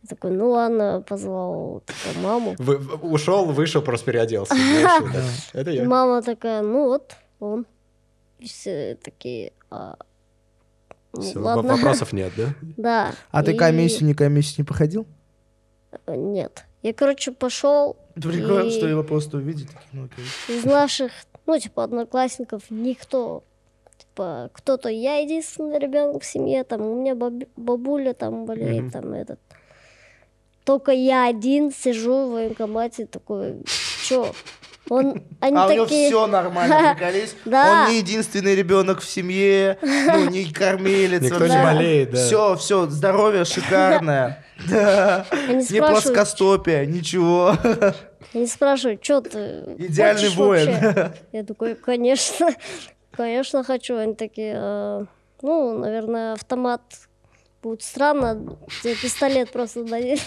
Я такой, ну ладно, позвал типа, маму. Ушел, вышел, просто переоделся. знаешь, вот так. Это И я. мама такая, ну вот, он. И все такие, ну, Всё, ладно. вопросов нет, да? А Да. ты и- комиссию не проходил? Нет. Я, короче, пошел. Прикольно, И- что его просто увидят. такие, ну, окей. Из наших, ну, типа, одноклассников никто. Типа, кто-то, я единственный ребенок в семье, там, у меня бабуля там болеет, там, этот. Только я один сижу в военкомате, такой, чё? Они А у него такие, все нормально, приколись. Да. Он не единственный ребенок в семье, ну, не кормилец. Никто не болеет, да. Все, здоровье шикарное. Да. они Не спрашивают, плоскостопие, ничего. они спрашивают, чё ты Идеальный хочешь воин. вообще?» Я такой, конечно, конечно хочу. Они такие, ну, наверное, автомат будет странно, тебе пистолет просто дадим.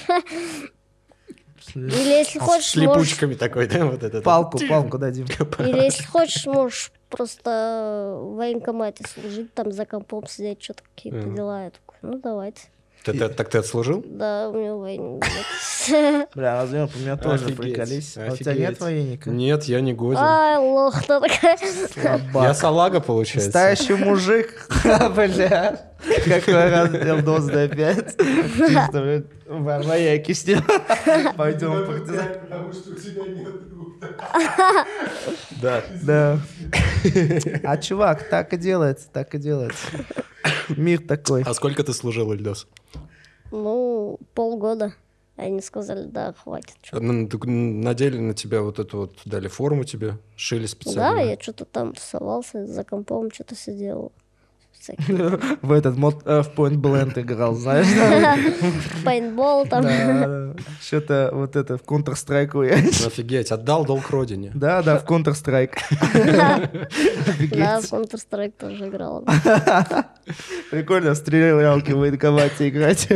Или если С хочешь, можешь, липучками такой, да, вот этот. Палку дадим. или если хочешь, можешь просто в военкомате служить, там за компом сидеть, что-то какие-то дела. Я такой, ну давайте. Так ты отслужил? Да, у меня военный. Бля, возьмем, у меня тоже Офигеть, приколись. А у тебя нет офигеть. военника? Нет, я не годен. Ай, лох-то такая. Я Слабак. салага, получается. Настоящий мужик. Бля. Какой раз дос опять. Чисто, блядь, вояки с ним. Пойдем, партизан. Потому что у тебя нет друга. Да. Да. А чувак, так и делается, так и делается. Мир такой. А сколько ты служил, Ильдос? Ну, полгода. Они сказали, да, хватит. чё. Надели на тебя вот эту вот, дали форму тебе, шили Да, специально. я что-то там тусовался, за компом что-то сидел. Всякие. В этот мод в Point Blank играл, знаешь? Пейнтбол там. Да, что-то вот это в Counter-Strike я. Офигеть, отдал долг родине. Да, в Counter-Strike. Да, в Counter-Strike тоже играл. Прикольно в стрелялки в военкомате играть.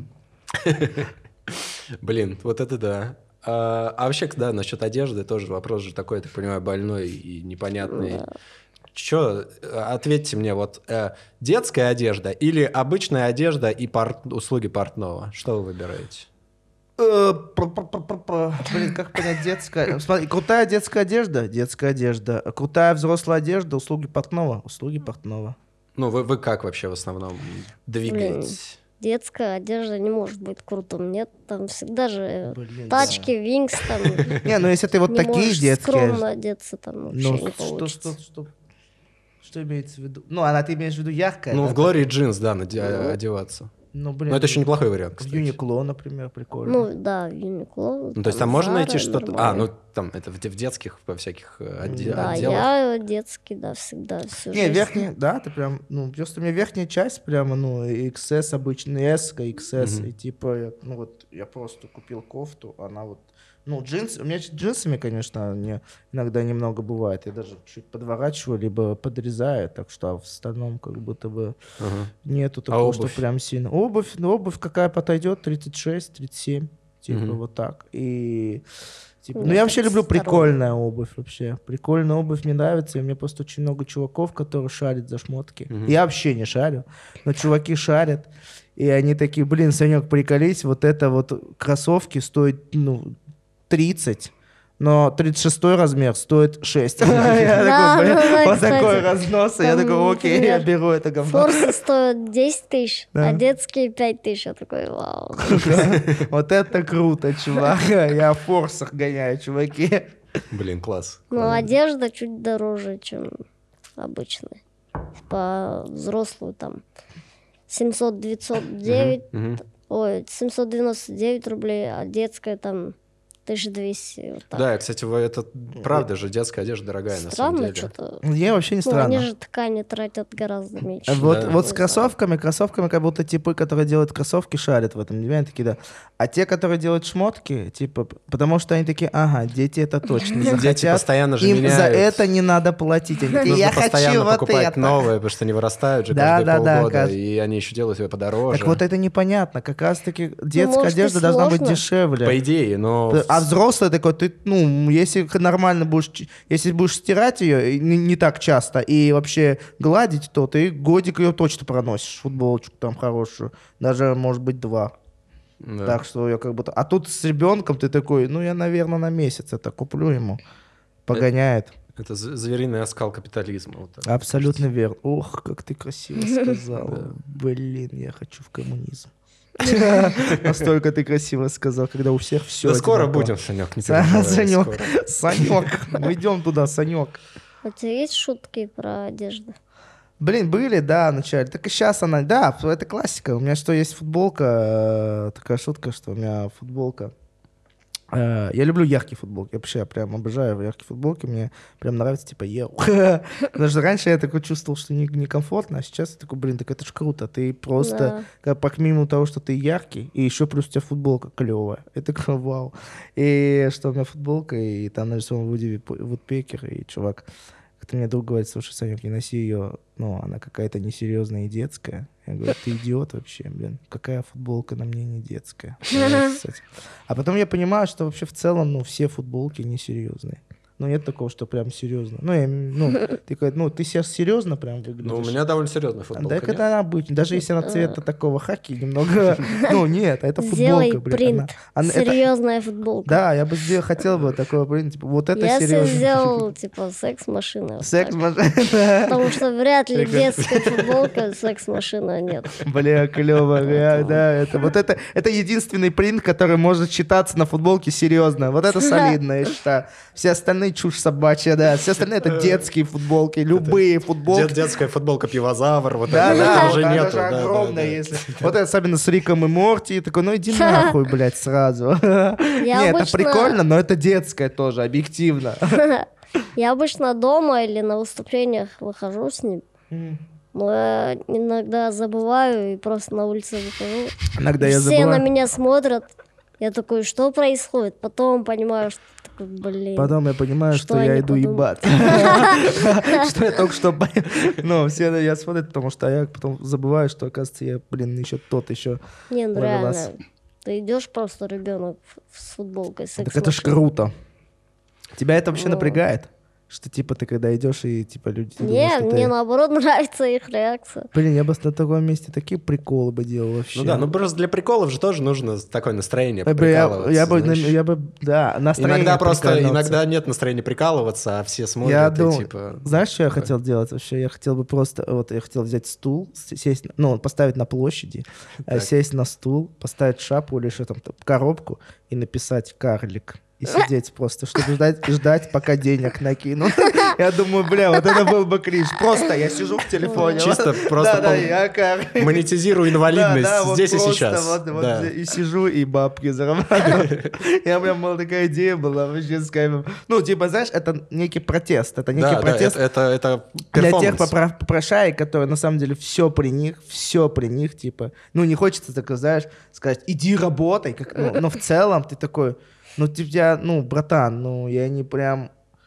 Блин, вот это да. А вообще, да, насчет одежды тоже вопрос же такой, я так понимаю, больной и непонятный. Чё, ответьте мне, вот детская одежда или обычная одежда и услуги портного? Что вы выбираете? Блин, как понять детская? Смотри, крутая детская одежда. Крутая взрослая одежда, услуги портного. Ну, вы как вообще в основном двигаетесь? Детская одежда не может быть крутым. Нет, там всегда же Блин, тачки, винкс, там Не, ну если ты вот не такие можешь детские... скромно одеться, там вообще Ну, не получится. что имеется в виду? Ну, она ты имеешь в виду яркая? Ну, да, в Глории джинс, да, одеваться. Ну, блин. Но это еще неплохой вариант, В кстати. Юникло, например, прикольно. Ну, да, Юникло. Ну, то есть там можно Zara найти что-то... нормально. ну, там, это в детских, во всяких Да, отделах. я детский, да, всегда, всю Не, жизнь. верхняя, да, ты прям, ну, просто у меня верхняя часть прямо, ну, XS обычный, S, XS, и типа, ну, вот, я просто купил кофту, она вот, ну, джинсы, у меня с джинсами, конечно, иногда немного бывает, я даже чуть подворачиваю, либо подрезаю, так что в остальном как будто бы Ага. нету такого, что обувь? прям сильно. Обувь какая подойдет, 36, 37, типа Мгм. вот так, и... Типа, У ну, меня я вообще люблю 32. прикольная обувь вообще. Прикольная обувь мне нравится. И у меня просто очень много чуваков, которые шарят за шмотки. Мгм. Я вообще не шарю, но чуваки шарят. И они такие, блин, Санек, приколись, вот это вот кроссовки стоят, ну, 30, но 36 размер стоит 6. Я Да, такой, блин, да, вот кстати. такой разнос. Я Там, такой, окей, я например, беру это говно. Форсы стоят 10 тысяч, Да. а детские 5 тысяч. Я такой, вау. Вот это круто, чувак. Я в форсах гоняю, чуваки. Блин, класс. Ну, одежда чуть дороже, чем обычная. По взрослую там 700-909, Мгм. ой, 799 рублей, а детская там 1200. Вот так. Да, кстати, это правда же, детская одежда дорогая на самом Странно деле. что-то. Мне вообще не Ну, они странно. же ткани тратят гораздо меньше. Вот, Да. вот с кроссовками как будто типы, которые делают кроссовки, шарят в этом. Они такие, да. А те, которые делают шмотки, типа, потому что они такие, ага, дети это точно не Дети захотят. постоянно же Им за меняют. это не надо платить. Они такие, Нужно я хочу постоянно вот покупать это. новые, потому что они вырастают же Да, каждые да, да, полгода, кажд- и они еще делают себе подороже. Так вот это непонятно. Как раз-таки детская может, и одежда должна быть сложно. дешевле. По идее, но... А взрослый такой, ты, ну, если нормально будешь, если будешь стирать ее не так часто и вообще гладить, то ты годик ее точно проносишь, футболочку там хорошую, даже, может быть, 2. Да. Так что я как будто... А тут с ребенком ты такой, ну, я, наверное, на месяц это куплю ему. Погоняет. Это звериный оскал капитализма. Вот так. Абсолютно верно. Ох, как ты красиво сказал. Блин, я хочу в коммунизм. Настолько ты красиво сказал, когда у всех все. Да скоро будем, Санек, не переживай. Санек, скоро. Санек, мы идем туда, Санек. У тебя есть шутки про одежду? Блин, были, да, вначале. Так и сейчас она, да, это классика. У меня что, есть футболка, такая шутка, что у меня футболка. Я люблю яркие футболки. Вообще, я прям обожаю яркие футболки. Мне прям нравится, типа, Потому что раньше я такой чувствовал, что некомфортно, а сейчас я такой, блин, так это ж круто. Ты просто, помимо того, что ты яркий, и еще плюс у тебя футболка клевая. Это такой вау. И что у меня футболка, и там нарисован Вуди Вудпекер, и чувак, как-то мне друг говорит, слушай, Санек, не носи ее, ну, она какая-то несерьезная и детская. Я говорю, ты идиот вообще, блин, какая футболка на мне не детская. А потом я понимаю, что вообще в целом, ну, все футболки несерьезные. Ну, нет такого, что прям серьезно. Ты сейчас серьезно прям выглядишь. Ну, у меня довольно серьезная футболка. Так это она будет, даже если она цвета такого хаки немного... Ну, нет, это Сделай футболка, блин. принт. Серьезная футболка. Да, я бы хотел бы такой принт, типа, вот это Я себе серьезно. сделал, типа, секс-машина. вот так. Секс-машина. Потому что вряд ли детская футболка секс-машина нет. Бля, клево, да, это единственный принт, который может считаться на футболке серьезно. Вот это солидно, я считаю. Все остальные чушь собачья, да. Все остальные это детские футболки, любые футболки. Детская футболка пивозавр, вот Да, это да, уже вот нету. это же да, огромное, да. если... Вот это особенно с Риком и Морти, такой, ну иди нахуй, блядь, сразу. Не, это обычно- прикольно, но это детское тоже, объективно. Я обычно дома или на выступлениях выхожу с ним. Но я иногда забываю и просто на улице выхожу. Иногда я Все на забываю. меня смотрят. Я такой, что происходит? Потом понимаю, что такой, блин. Потом я понимаю, Что что я они иду подумают? ебать. Что я только что... Ну, все на меня смотрят, потому что я потом забываю, что, оказывается, я, блин, еще тот, еще... Не, ну ловелас. реально. Ты идешь просто ребенок с футболкой. Так это ж круто. Тебя это вообще Ну. напрягает? Что, типа, ты когда идешь и, типа, люди думают, Не, что мне ты... наоборот нравится их реакция. Блин, я бы на таком месте такие приколы бы делал вообще. Ну да, ну просто для приколов же тоже нужно такое настроение Я прикалываться. бы, знаешь. да, настроение Иногда просто, прикольнуться. иногда нет настроения прикалываться, а все Я смотрят и думал, типа... знаешь, что я хотел делать вообще? Я хотел бы просто, вот я хотел взять стул, сесть, ну, поставить на площади, сесть на стул, поставить шапку или что там, коробку и написать «карлик». И сидеть просто, чтобы ждать, пока денег накинут. Я думаю, бля, вот это был бы кринж. Просто я сижу в телефоне. Чисто просто Да, я карлик. монетизирую инвалидность Да, вот здесь и просто сейчас. вот Да. и сижу, и бабки зарабатываю. Я прям, была такая идея была вообще с кайфом. Ну, типа, знаешь, это некий протест. Это некий Да, протест это для тех перформанс. попрошаек, которые на самом деле все при них, типа. Ну, не хочется, так, знаешь, сказать, иди работай. Но в целом ты такой, ну, тебя, ну, братан, ну, я не прям...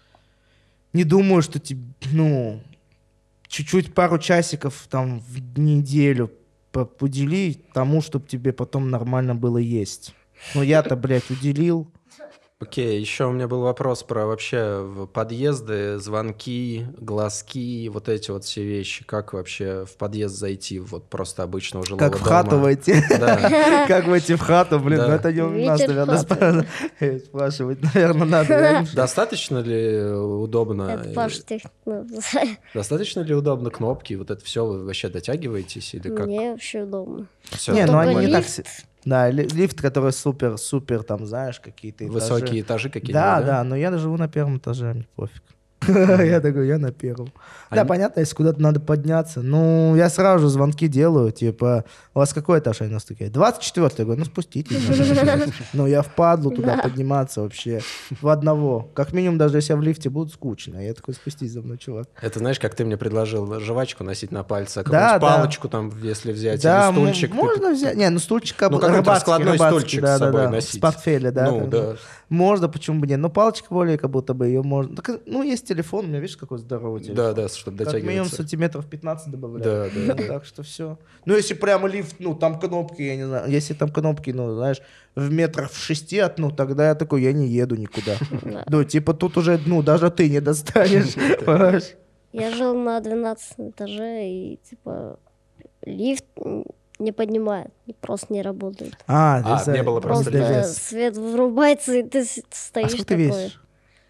Не думаю, что тебе, ну, чуть-чуть пару часиков там в неделю удели тому, чтобы тебе потом нормально было есть. Ну, я-то, блядь, уделил. Окей, еще у меня был вопрос про вообще подъезды, звонки, глазки, вот эти вот все вещи. Как вообще в подъезд зайти, вот просто обычного жилого Как в дома? хату войти. Да. Как войти в хату, блин, Да. ну это не у нас, Ветер в наверное, спрашивать, наверное, надо. Я не знаю. Достаточно ли удобно? Это Паша техник называет. Достаточно ли удобно кнопки? Вот это все вы вообще дотягиваетесь или как? Мне вообще удобно. Всё Не, ну нормально? они не так... лифт. Да, лифт, который супер, там, знаешь, какие-то этажи. Высокие этажи какие-то, Да, но я живу на первом этаже, мне пофиг. Я такой, я на первом. Да, понятно, если куда-то надо подняться. Ну, я сразу же звонки делаю, типа, у вас какой этаж они настукивают? 24-й. Я говорю, ну спуститесь. Ну, я впадлу туда подниматься вообще в одного. Как минимум, даже если я в лифте буду, скучно. Я такой, спустись за мной, чувак. Это знаешь, как ты мне предложил жвачку носить на пальце, а Да, какую-нибудь да. палочку там, если взять, Да, или стульчик. можно взять. Не, ну стульчик Ну, какой-то рыбацкий, складной стульчик с собой носить. С портфеля, да. Ну, там, да. Можно, почему бы нет. Но палочка более, как будто бы ее можно. Так, ну, есть телефон, у меня, видишь, какой здоровый телефон. Да, чтобы Как минимум дотягиваться. сантиметров 15 добавляю. Да. Так что все. Ну, если прямо лифт, ну, там кнопки, я не знаю. Если там кнопки, ну, знаешь, в метрах в 6 от, ну, тогда я такой, я не еду никуда. Ну, типа тут уже, ну, даже ты не достанешь. Понимаешь? Я жил на 12 этаже, и, типа, лифт не поднимает, просто не работает. Не было просто Просто вес. свет врубается, и ты стоишь сколько ты такой. весишь?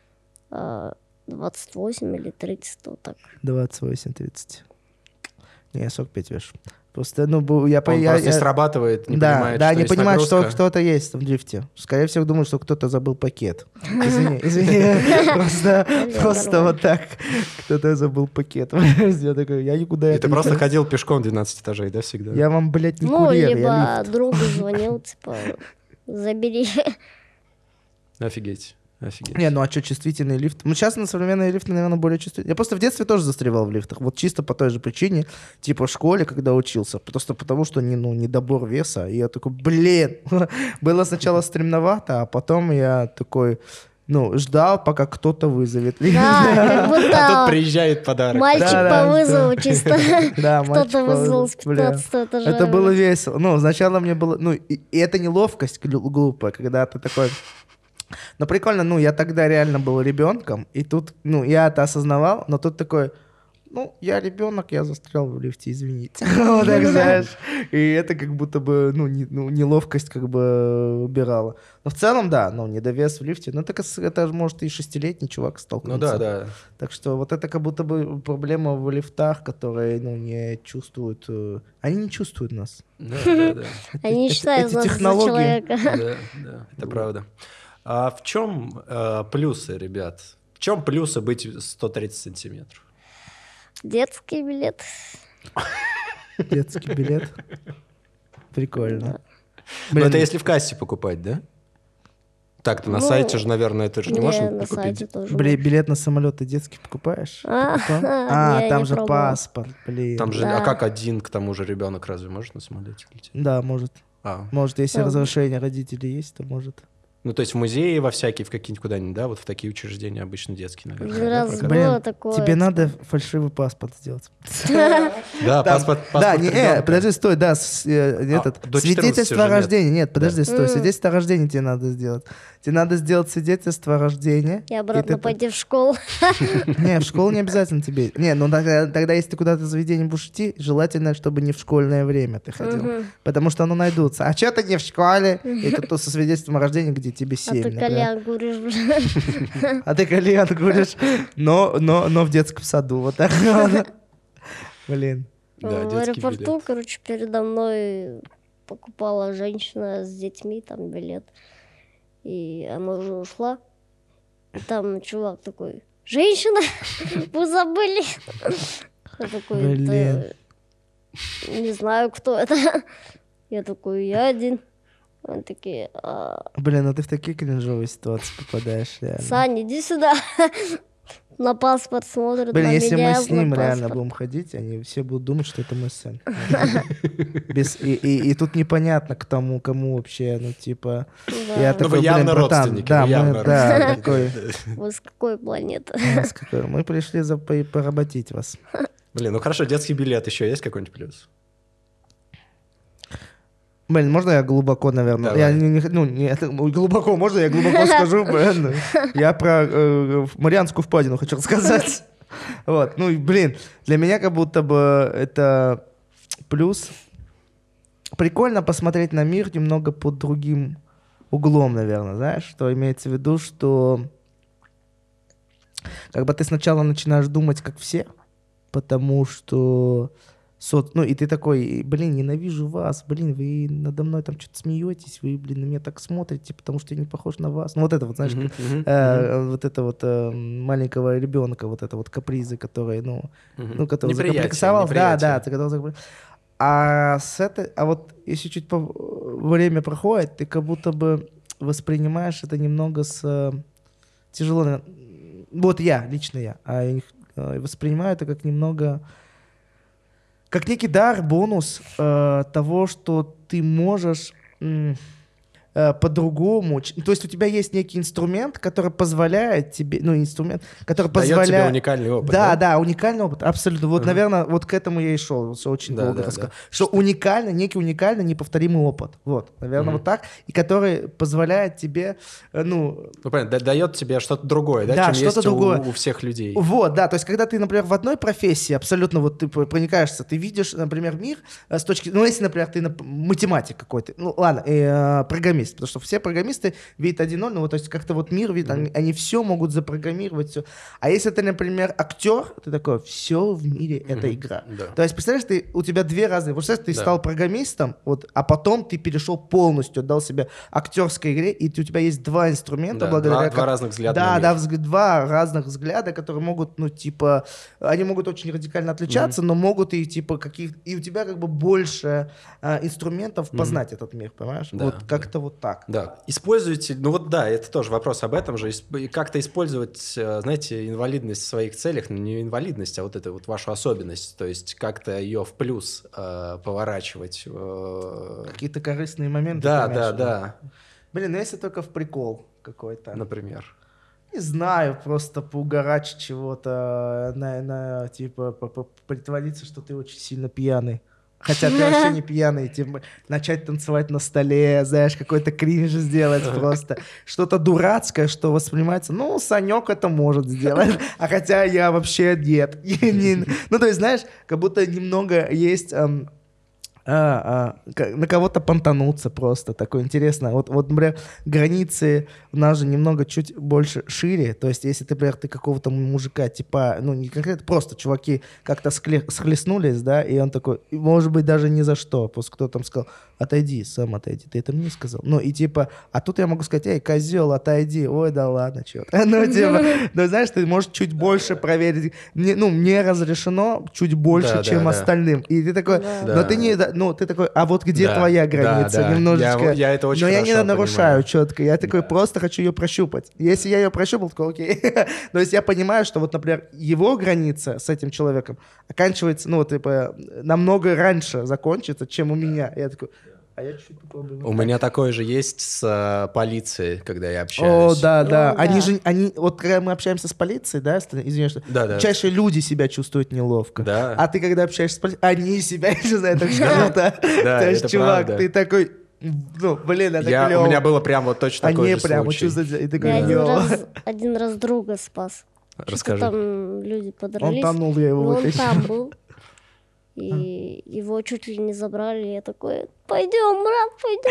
28 или 30, вот так. 28-30. Не, я 45 вешу. Просто, ну, я... Он просто не срабатывает, не понимает, да, что не есть понимает, что нагрузка. кто-то есть в дрифте. Скорее всего, думают, что кто-то забыл пакет. Извини. Просто вот так. Кто-то забыл пакет. Я такой, я никуда И ты просто ходил пешком 12 этажей, да, всегда? Я вам, блядь, не Ну, курьер, либо я лифт. другу звонил, типа, забери. Офигеть. Офигеть. Не, ну а что, чувствительный лифт? Ну, сейчас на современные лифты, наверное, более чувствительные. Я просто в детстве тоже застревал в лифтах. Вот чисто по той же причине, типа в школе, когда учился. Просто потому, что недобор веса. И я такой, блин. Было сначала стремновато, а потом я такой, ждал, пока кто-то вызовет лифт. Да, как А тут будто приезжает подарок. мальчик Да, по вызову чисто. Да, мальчик Кто-то вызвал по с вызову. Бля. 15 этажа. Это было весело. Ну, сначала мне было... Ну, и это неловкость глупая, когда ты такой... Но прикольно, я тогда реально был ребенком, и тут, я это осознавал, но тут такой, я ребенок, я застрял в лифте, извините. Вот так, знаешь. И это как будто бы, неловкость как бы убирала. Но в целом, да, недовес в лифте, так это же может и 6-летний чувак столкнуться. Ну да. Так что вот это как будто бы проблема в лифтах, которые, не чувствуют, они не чувствуют нас. Да. Они не считают эти нас за технологии. человека. Да, это правда. А в чем плюсы, ребят? В чем плюсы быть 130 сантиметров? Детский билет. Детский билет. Прикольно. Ну, это если в кассе покупать, да? Так-то на сайте же, наверное, ты же не можешь на купить. сайте тоже. Билет на самолет ты детский покупаешь? Не, Там не же пробовала. паспорт, блин. Там же, Да. а как один, к тому же, ребенок разве может на самолете лететь? Да, может. Может, если Ну. разрешение родителей есть, то может. Ну, то есть в музеи во всякие, в какие-нибудь куда-нибудь, да? Вот в такие учреждения обычно детские, наверное. Один да, раз прокатывают? было Блин, такое. тебе надо фальшивый паспорт сделать. Да, паспорт Да, ребенка. подожди, стой, да, этот, до 14 свидетельство уже о нет. рождении. Нет, подожди, Да. стой, свидетельство о рождении тебе надо сделать. Тебе надо сделать свидетельство о рождении. И обратно ты- пойти в школу. Не, в школу не обязательно тебе. Не, тогда если ты куда-то в заведение будешь идти, желательно, чтобы не в школьное время ты ходил. Потому что оно найдутся. А что ты не в школе? И тут то со свидетельством о рождении, где тебе А 7, ты например. кальян куришь. А ты кальян куришь, но в детском саду. Вот так. Блин. Да, В детский аэропорту, билет. короче, передо мной покупала женщина с детьми там билет. И она уже ушла. И там чувак такой: женщина, вы забыли? Я такой: Блин. «Да не знаю, кто это. Я такой: я один. Они такие: Блин, ну ты в такие кринжовые ситуации попадаешь, реально. Сань, иди сюда. На паспорт смотрят, Блин, на если меня, мы с ним на реально паспорт. будем ходить, они все будут думать, что это мой сын. И тут непонятно к тому, кому вообще, типа... Да. Я Ну, такой, вы явно блин, братан, родственники. да, вы явно мы, да, родственники. такой, Вы с какой планеты? мы пришли поработить вас. Блин, ну хорошо, детский билет еще есть какой-нибудь плюс? Блин, можно я глубоко, наверное? Давай. Я глубоко, можно я глубоко скажу? Блин, я про Марианскую впадину хочу рассказать. Вот, блин, для меня как будто бы это плюс. Прикольно посмотреть на мир немного под другим углом, наверное, знаешь, что имеется в виду, что как бы ты сначала начинаешь думать, как все, потому что и ты такой: блин, ненавижу вас, блин, вы надо мной там что-то смеетесь, вы, блин, на меня так смотрите, потому что я не похож на вас. Ну вот это вот, знаешь, вот это вот маленького ребенка, вот это вот капризы, которые, который Неприятие, закомплексовался. неприятие. Да, ты который А вот если чуть время проходит, ты как будто бы воспринимаешь это немного тяжело. Вот лично я воспринимаю это как немного, как некий дар, бонус того, что ты можешь по-другому. То есть у тебя есть некий инструмент, который позволяет тебе, который Дает позволяет... тебе уникальный опыт. Да, уникальный опыт, абсолютно. Вот, наверное, вот к этому я и шел, все очень Да, долго да, рассказал. да. Что уникальный, некий уникальный, неповторимый опыт. Вот, наверное, вот так. И который позволяет тебе, Ну, понятно, дает тебе что-то другое, да, Да, чем что-то есть другое. у всех людей. Вот, да, то есть, когда ты, например, в одной профессии абсолютно вот ты проникаешься, ты видишь, например, мир с точки... Ну, если, например, ты математик какой-то, ну, ладно, программист, потому что все программисты видят 1.0, ну, вот, то есть, как-то вот мир видят, они все могут запрограммировать, все. А если ты, например, актер, ты такой, все в мире это игра. Да. То есть, представляешь, у тебя две разные... Вот представляешь, ты Да. стал программистом, вот, а потом ты перешел полностью, отдал себя актерской игре, и у тебя есть два инструмента, Да, благодаря два разных взгляда Да, на да, мир. два разных взгляда, которые могут, ну, типа, они могут очень радикально отличаться, но могут и, типа, и у тебя как бы больше инструментов познать этот мир, понимаешь? Да, Вот как-то вот так. Да, используйте, ну вот да, это тоже вопрос об этом же, как-то использовать, знаете, инвалидность в своих целях, ну не инвалидность, а вот эту вот вашу особенность, то есть как-то ее в плюс поворачивать. Какие-то корыстные моменты. Да, конечно. да, Блин, ну если только в прикол какой-то. например. Не знаю, просто поугарать чего-то, типа, притвориться, что ты очень сильно пьяный. Хотя ты вообще не пьяный, типа, начать танцевать на столе, знаешь, какой-то кринж сделать просто. Что-то дурацкое, что воспринимается, ну, Санек это может сделать, а хотя я вообще нет. Ну, то есть, знаешь, как будто немного есть... на кого-то понтануться просто. Такое интересно. Вот, например, границы у нас же немного чуть больше шире. То есть, если, например, ты какого-то мужика, типа, ну, не конкретно, просто чуваки как-то схлестнулись, да, и он такой, может быть, даже ни за что. Просто кто там сказал, отойди, сам отойди, ты это мне сказал. Ну, и типа, а тут я могу сказать, эй, козел, отойди. Ой, да ладно, чё. Ну, типа, ну, знаешь, ты можешь чуть больше проверить. Мне разрешено чуть больше, Да, чем да. остальным. И ты такой, Да. но ты не... Ну, ты такой, а вот где Да, твоя да, граница? да. Немножечко. Я это очень Но я не хорошо нарушаю понимаю. четко. Я такой просто хочу ее прощупать. Если я ее прощупал, то окей. То есть я понимаю, что вот, например, его граница с этим человеком оканчивается, ну, типа, намного раньше закончится, чем у меня. Я такой, а я чуть-чуть попробую. У меня такое же есть с полицией, когда я О, общаюсь. да, да. Ну, Они да. же, вот когда мы общаемся с полицией, да, извини, что Да, да. чаще люди себя чувствуют неловко. Да. А ты, когда общаешься с полицией, они себя еще за это круто. Да, То есть, это чувак, правда. ты такой, ну, блин, это У клево. меня было прям вот точно такой Они же прямо случай. чувствуют, и ты Я такой, один раз друга спас. Расскажи. Что-то там люди он подрались. тонул, я и его он вытащил. там был. И его чуть ли не забрали. Я такой, пойдем, брат,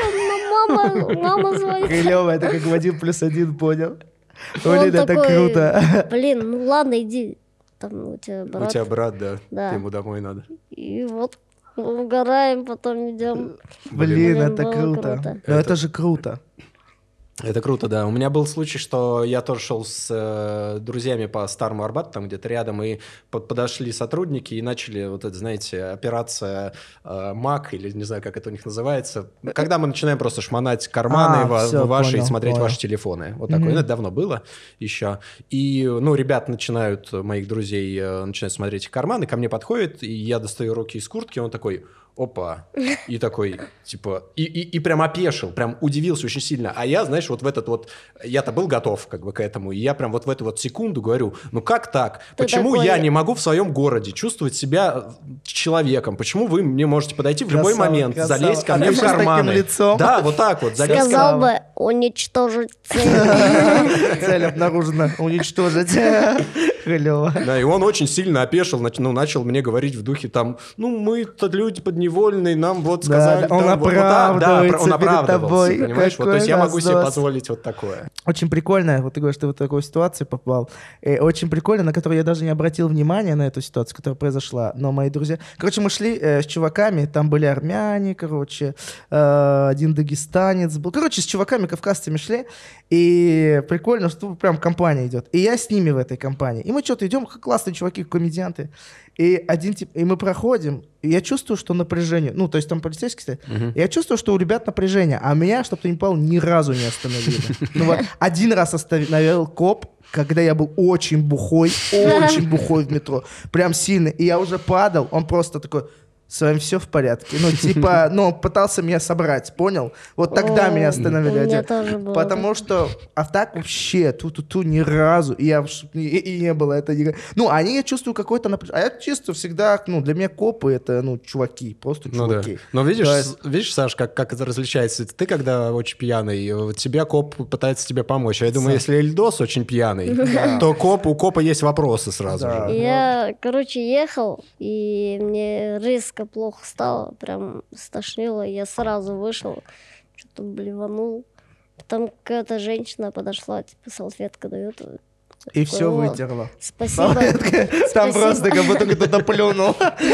пойдем. Мама звонит. Клево, это как в 1+1 понял. Он Блин, это такой, круто. Блин, ну ладно, иди. Там у тебя брат. У тебя брат, да. Да. Ему домой надо. И вот угораем, потом идем. Блин, это было круто. круто. Но это же круто. Это круто, да. У меня был случай, что я тоже шел с друзьями по Старому Арбату, там где-то рядом, и подошли сотрудники и начали, вот это, знаете, операция МАК, или не знаю, как это у них называется, когда мы начинаем просто шмонать карманы всё, ваши понял, и смотреть понял. ваши телефоны. Вот такое. Ну, это давно было еще. И, ну, ребята начинают, моих друзей, начинают смотреть их карманы, ко мне подходят, и я достаю руки из куртки, он такой... Опа. И такой, типа, и прям опешил, прям удивился очень сильно. А я, знаешь, вот в этот вот, я-то был готов как бы к этому, и я прям вот в эту вот секунду говорю, ну как так? Почему такой- я не могу в своем городе чувствовать себя человеком? Почему вы мне можете подойти в любой Красава, момент, красава. залезть ко А мне ты в что с таким карманы? лицом? Да, вот так вот, залезть ко Сказал бы уничтожить цель. Цель обнаружена. Уничтожить. Клево. Да, и он очень сильно опешил, ну, начал мне говорить в духе там, ну, мы-то люди подневольные, нам вот Да, сказали... да, он там вот так». Да, оправдывается он перед оправдывался, тобой. понимаешь? Вот, то Какой есть я могу себе разнос. позволить вот такое. Очень прикольно, вот ты говоришь, ты в такую ситуацию попал. Очень прикольно, на которую я даже не обратил внимания, на эту ситуацию, которая произошла. Но мои друзья... Короче, мы шли с чуваками, там были армяне, короче, один дагестанец был. Короче, с чуваками, кавказцами шли, и прикольно, что прям компания идет. И я с ними в этой компании. И мы что-то идем, классные чуваки, комедианты. И один тип, и мы проходим, и я чувствую, что напряжение, ну, то есть там полицейский стоит, и я чувствую, что у ребят напряжение, а меня, чтобы ты не понял, ни разу не остановили. Ну вот, один раз остановил коп, когда я был очень бухой в метро, прям сильно, и я уже падал, он просто такой, с вами все в порядке. Ну, типа, ну, пытался меня собрать, понял? Вот тогда меня остановили. У меня один. тоже было. Потому что, а так вообще, ту ни разу, и не было это. Ну, они, я чувствую, какой-то напряжение. А я чисто всегда, ну, для меня копы это, ну, чуваки, просто Ну да. чуваки. Но видишь, То есть- видишь, Саш, как это различается? Ты, когда очень пьяный, вот тебе коп пытается тебе помочь. А я думаю, если Эльдос очень пьяный, то у копа есть вопросы сразу Да. же. Я, короче, ехал, и мне резко плохо стало, прям стошнило. Я сразу вышел, что-то блеванул. Потом какая-то женщина подошла, типа салфетка дает. И все «О, вытерла. Спасибо. Там Спасибо. просто как будто кто-то плюнул.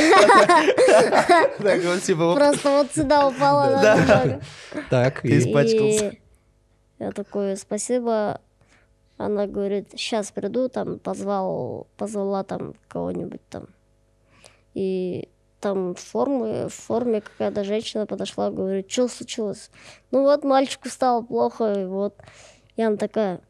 Так вот, типа, оп. Просто вот сюда упала Да. немного. Так, Ты и... испачкался. И я такой, спасибо. Она говорит, сейчас приду, там позвала там кого-нибудь там. И там в форме какая-то женщина подошла, говорит, что случилось? Ну вот, мальчику стало плохо, и вот. И она такая,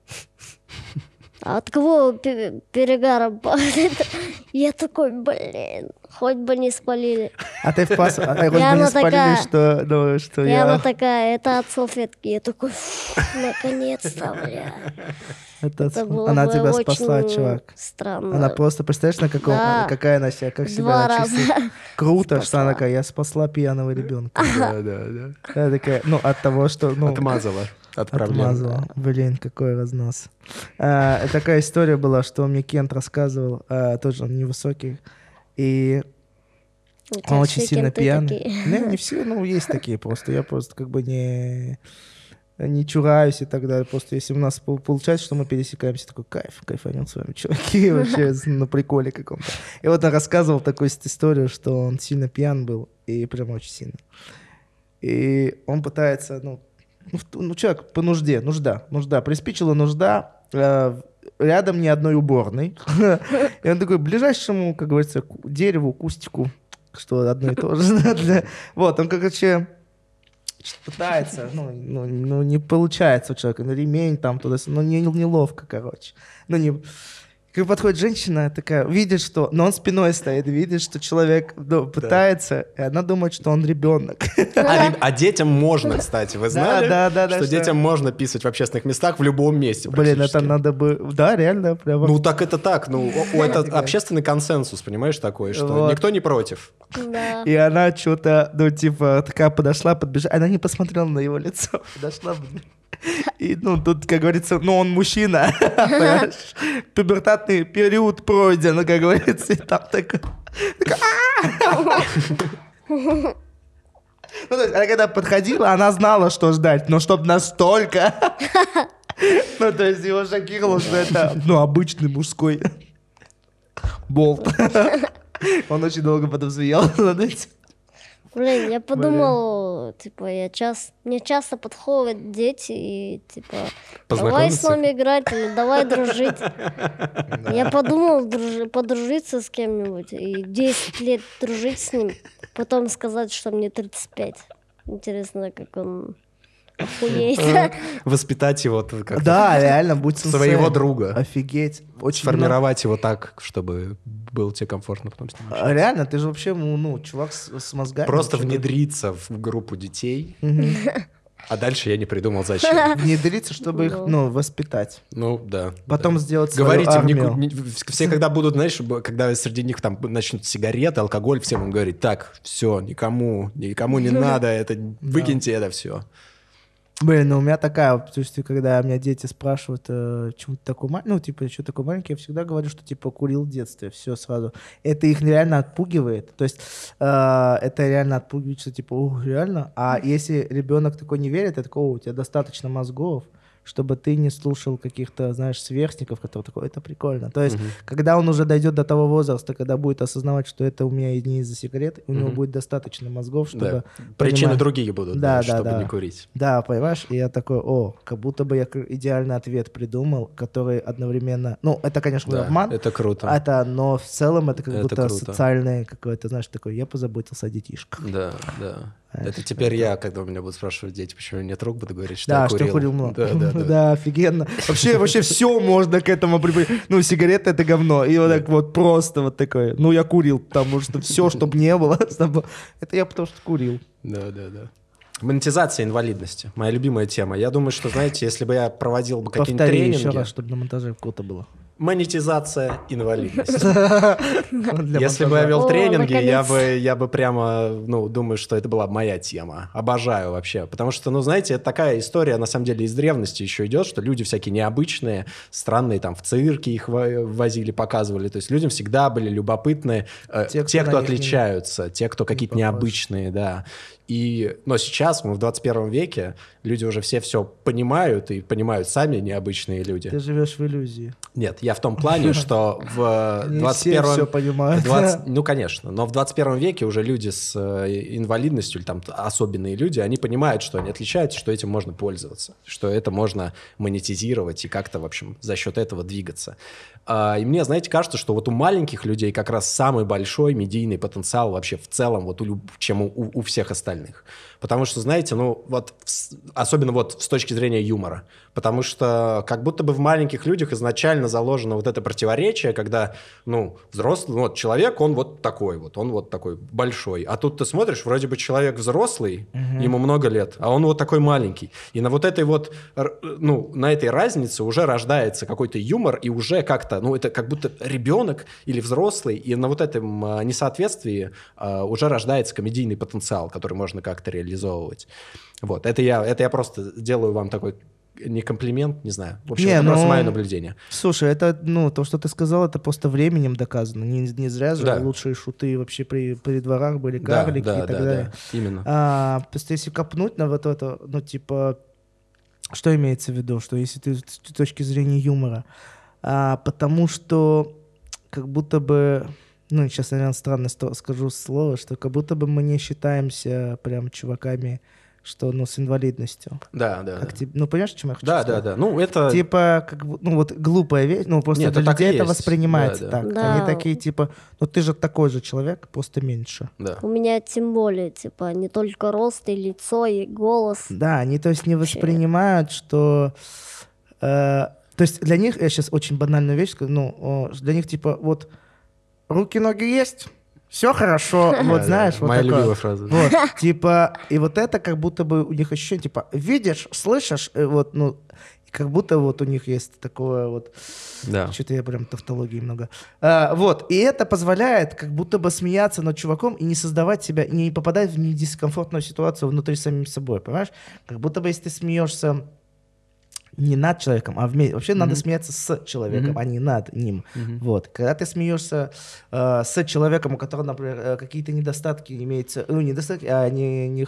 а от кого перегаром пахнет? Я такой, блин, хоть бы не спалили. А ты в пас... А хоть бы она не спалили, такая- что... Ну, что И она я... такая, это от салфетки. Я такой, «Фу, наконец-то, бля. Это было Она бы тебя спасла, очень чувак. странно. Она просто, представляешь, на каком... Да. Какая она себя, как себя 2 она раза. чувствует. Круто, что Спасла. она такая, я спасла пьяного ребенка. Да, да, да. Она такая, ну, от того, что... Ну, Отмазала от проблем. отмазала. Блин, какой разнос. Такая история была, что мне Кент рассказывал, тоже он невысокий, и У тебя он очень все сильно кенты пьяный. такие. Не все, ну, есть такие просто. Я просто как бы не чураюсь и так далее. Просто если у нас получается, что мы пересекаемся, такой кайфанем с вами, чуваки, вообще на приколе каком-то. И вот он рассказывал такую историю, что он сильно пьян был, и прям очень сильно. И он пытается, ну, человек по нужда, приспичила нужда, рядом ни одной уборной. И он такой, ближайшему, как говорится, дереву, кустику, что одно и то же. Вот, он, короче, пытается, ну, не получается у человека, ну, ремень там туда, ну, неловко, короче. Ну, не... Как подходит женщина, такая, видит, что... Но он спиной стоит, видит, что человек пытается, и она думает, что он ребенок. А детям можно, кстати, вы знали? да, что что- детям можно писать в общественных местах в любом месте Блин, это практически. надо бы... Да, реально, прямо... Ну, так это так. Ну, это общественный консенсус, понимаешь, такой, что Вот. никто не против. Да. И она что-то, ну, типа, такая подошла, подбежала. Она не посмотрела на его лицо. Подошла, блин. И, ну, тут, как говорится, ну, он мужчина. Понимаешь? Пубертатный период пройден, ну, как говорится. И там такой... Ну, то есть, она когда подходила, она знала, что ждать. Но чтоб настолько... Ну, то есть, его шокировало, что это, ну, обычный мужской болт. Он очень долго потом смеялся над этим. Блин, я подумал, типа, мне часто подходят дети и, типа, давай с Познакомиться? нами играть или давай дружить. Я подумал подружиться с кем-нибудь и 10 лет дружить с ним, потом сказать, что мне 35. Интересно, как он охуеет. Воспитать его как-то, Да, реально, будь своего сенсеем. друга. Офигеть. Очень Сформировать его так, чтобы было тебе комфортно потом с ним общаться. Реально, ты же вообще, ну, чувак с мозгами. Просто вообще. внедриться в группу детей, Мгм. а дальше я не придумал зачем. Внедриться, чтобы их, ну, воспитать. Ну, да. Потом да. сделать свою Говорите, армию. все когда будут, знаешь, когда среди них там начнут сигареты, алкоголь, всем им говорить, так, все, никому не надо, это выкиньте это все. Блин, ну у меня такая, то есть, когда меня дети спрашивают, почему ты такой маленький, ну, типа, что такой маленький, я всегда говорю, что, типа, курил в детстве, все сразу. Это их реально отпугивает, то есть, это реально отпугивает, что, типа, реально? А если ребенок такой не верит, я такой, у тебя достаточно мозгов, чтобы ты не слушал каких-то, знаешь, сверстников, которые такой, это прикольно. То есть, когда он уже дойдет до того возраста, когда будет осознавать, что это у меня не из-за сигарет, у него будет достаточно мозгов, чтобы... Да. Причины понимать. другие будут, Да, да, да, чтобы да. не курить. Да, понимаешь? И я такой, как будто бы я идеальный ответ придумал, который одновременно... Ну, это, конечно, Да, обман, это круто. но в целом это как Это будто круто. социальное какое-то, знаешь, такое, я позаботился о детишках. Да, да. Это теперь я, когда у меня будут спрашивать дети, почему нет рук, буду говорить, что Да, я что курил. курил много. Да. Да, офигенно. Вообще все можно к этому прибавить. Ну, сигареты — это говно. И вот так вот просто вот такое. Ну, я курил, потому что все, чтобы не было, это я потому что курил. Да. Монетизация инвалидности. Моя любимая тема. Я думаю, что, знаете, если бы я проводил бы какие-нибудь Повтори тренинги... еще раз, чтобы на монтаже круто было. Монетизация инвалидности. Для Если бы я монтажа. вел О, тренинги, наконец. я бы прямо, думаю, что это была моя тема. Обожаю вообще. Потому что, знаете, это такая история, на самом деле, из древности еще идет, что люди всякие необычные, странные, там, в цирке их возили, показывали. То есть людям всегда были любопытны Те, те, кто кто на них отличаются, те, кто какие-то похож. необычные, да. Но сейчас мы в 21 веке, люди уже все понимают, и понимают сами необычные люди. Ты живешь в иллюзии. Нет, я в том плане, что в Не 21 все понимают. Ну, конечно, но в 21 веке уже люди с инвалидностью, или там особенные люди, они понимают, что они отличаются, что этим можно пользоваться, что это можно монетизировать и как-то, в общем, за счет этого двигаться. И мне, знаете, кажется, что вот у маленьких людей как раз самый большой медийный потенциал вообще в целом, вот чем у всех остальных. Потому что, знаете, особенно вот с точки зрения юмора, потому что как будто бы в маленьких людях изначально заложено вот это противоречие, когда, взрослый, человек, он вот такой большой, а тут ты смотришь, вроде бы человек взрослый, ему много лет, а он вот такой маленький. И на вот этой на этой разнице уже рождается какой-то юмор, и уже как-то, это как будто ребенок или взрослый, и на вот этом несоответствии уже рождается комедийный потенциал, который можно как-то реализовывать. Вот, это я просто делаю вам такой не комплимент, не знаю. В общем, это просто мое наблюдение. Слушай, это, то, что ты сказал, это просто временем доказано. Не зря же лучшие шуты вообще при дворах были, карлики и так далее. Да, именно. Просто если копнуть на вот это, что имеется в виду, что если ты с точки зрения юмора, потому что как будто бы, сейчас, наверное, странно скажу слово, что как будто бы мы не считаемся прям чуваками, что, с инвалидностью. Да. Понимаешь, о чем я хочу сказать? Да. Это... Типа, глупая вещь, просто Нет, для так людей и это есть. воспринимается Да. так. Да. Они такие, типа, ты же такой же человек, просто меньше. Да. У меня тем более, не только рост и лицо, и голос. Да, они, то есть, не воспринимают, что... то есть для них, я сейчас очень банальную вещь скажу, для них, типа, вот, руки-ноги есть, все хорошо, вот знаешь, вот моя такое. любимая фраза. Вот, типа, и вот это как будто бы у них ощущение, типа, видишь, слышишь, как будто вот у них есть такое вот... Да. Что-то я прям тавтологии много. И это позволяет как будто бы смеяться над чуваком и не создавать себя, не попадать в недискомфортную ситуацию внутри самим собой, понимаешь? Как будто бы если ты смеешься не над человеком, а вместе. Вообще надо смеяться с человеком, а не над ним. Вот. Когда ты смеешься с человеком, у которого, например, какие-то недостатки имеются, недостатки, а не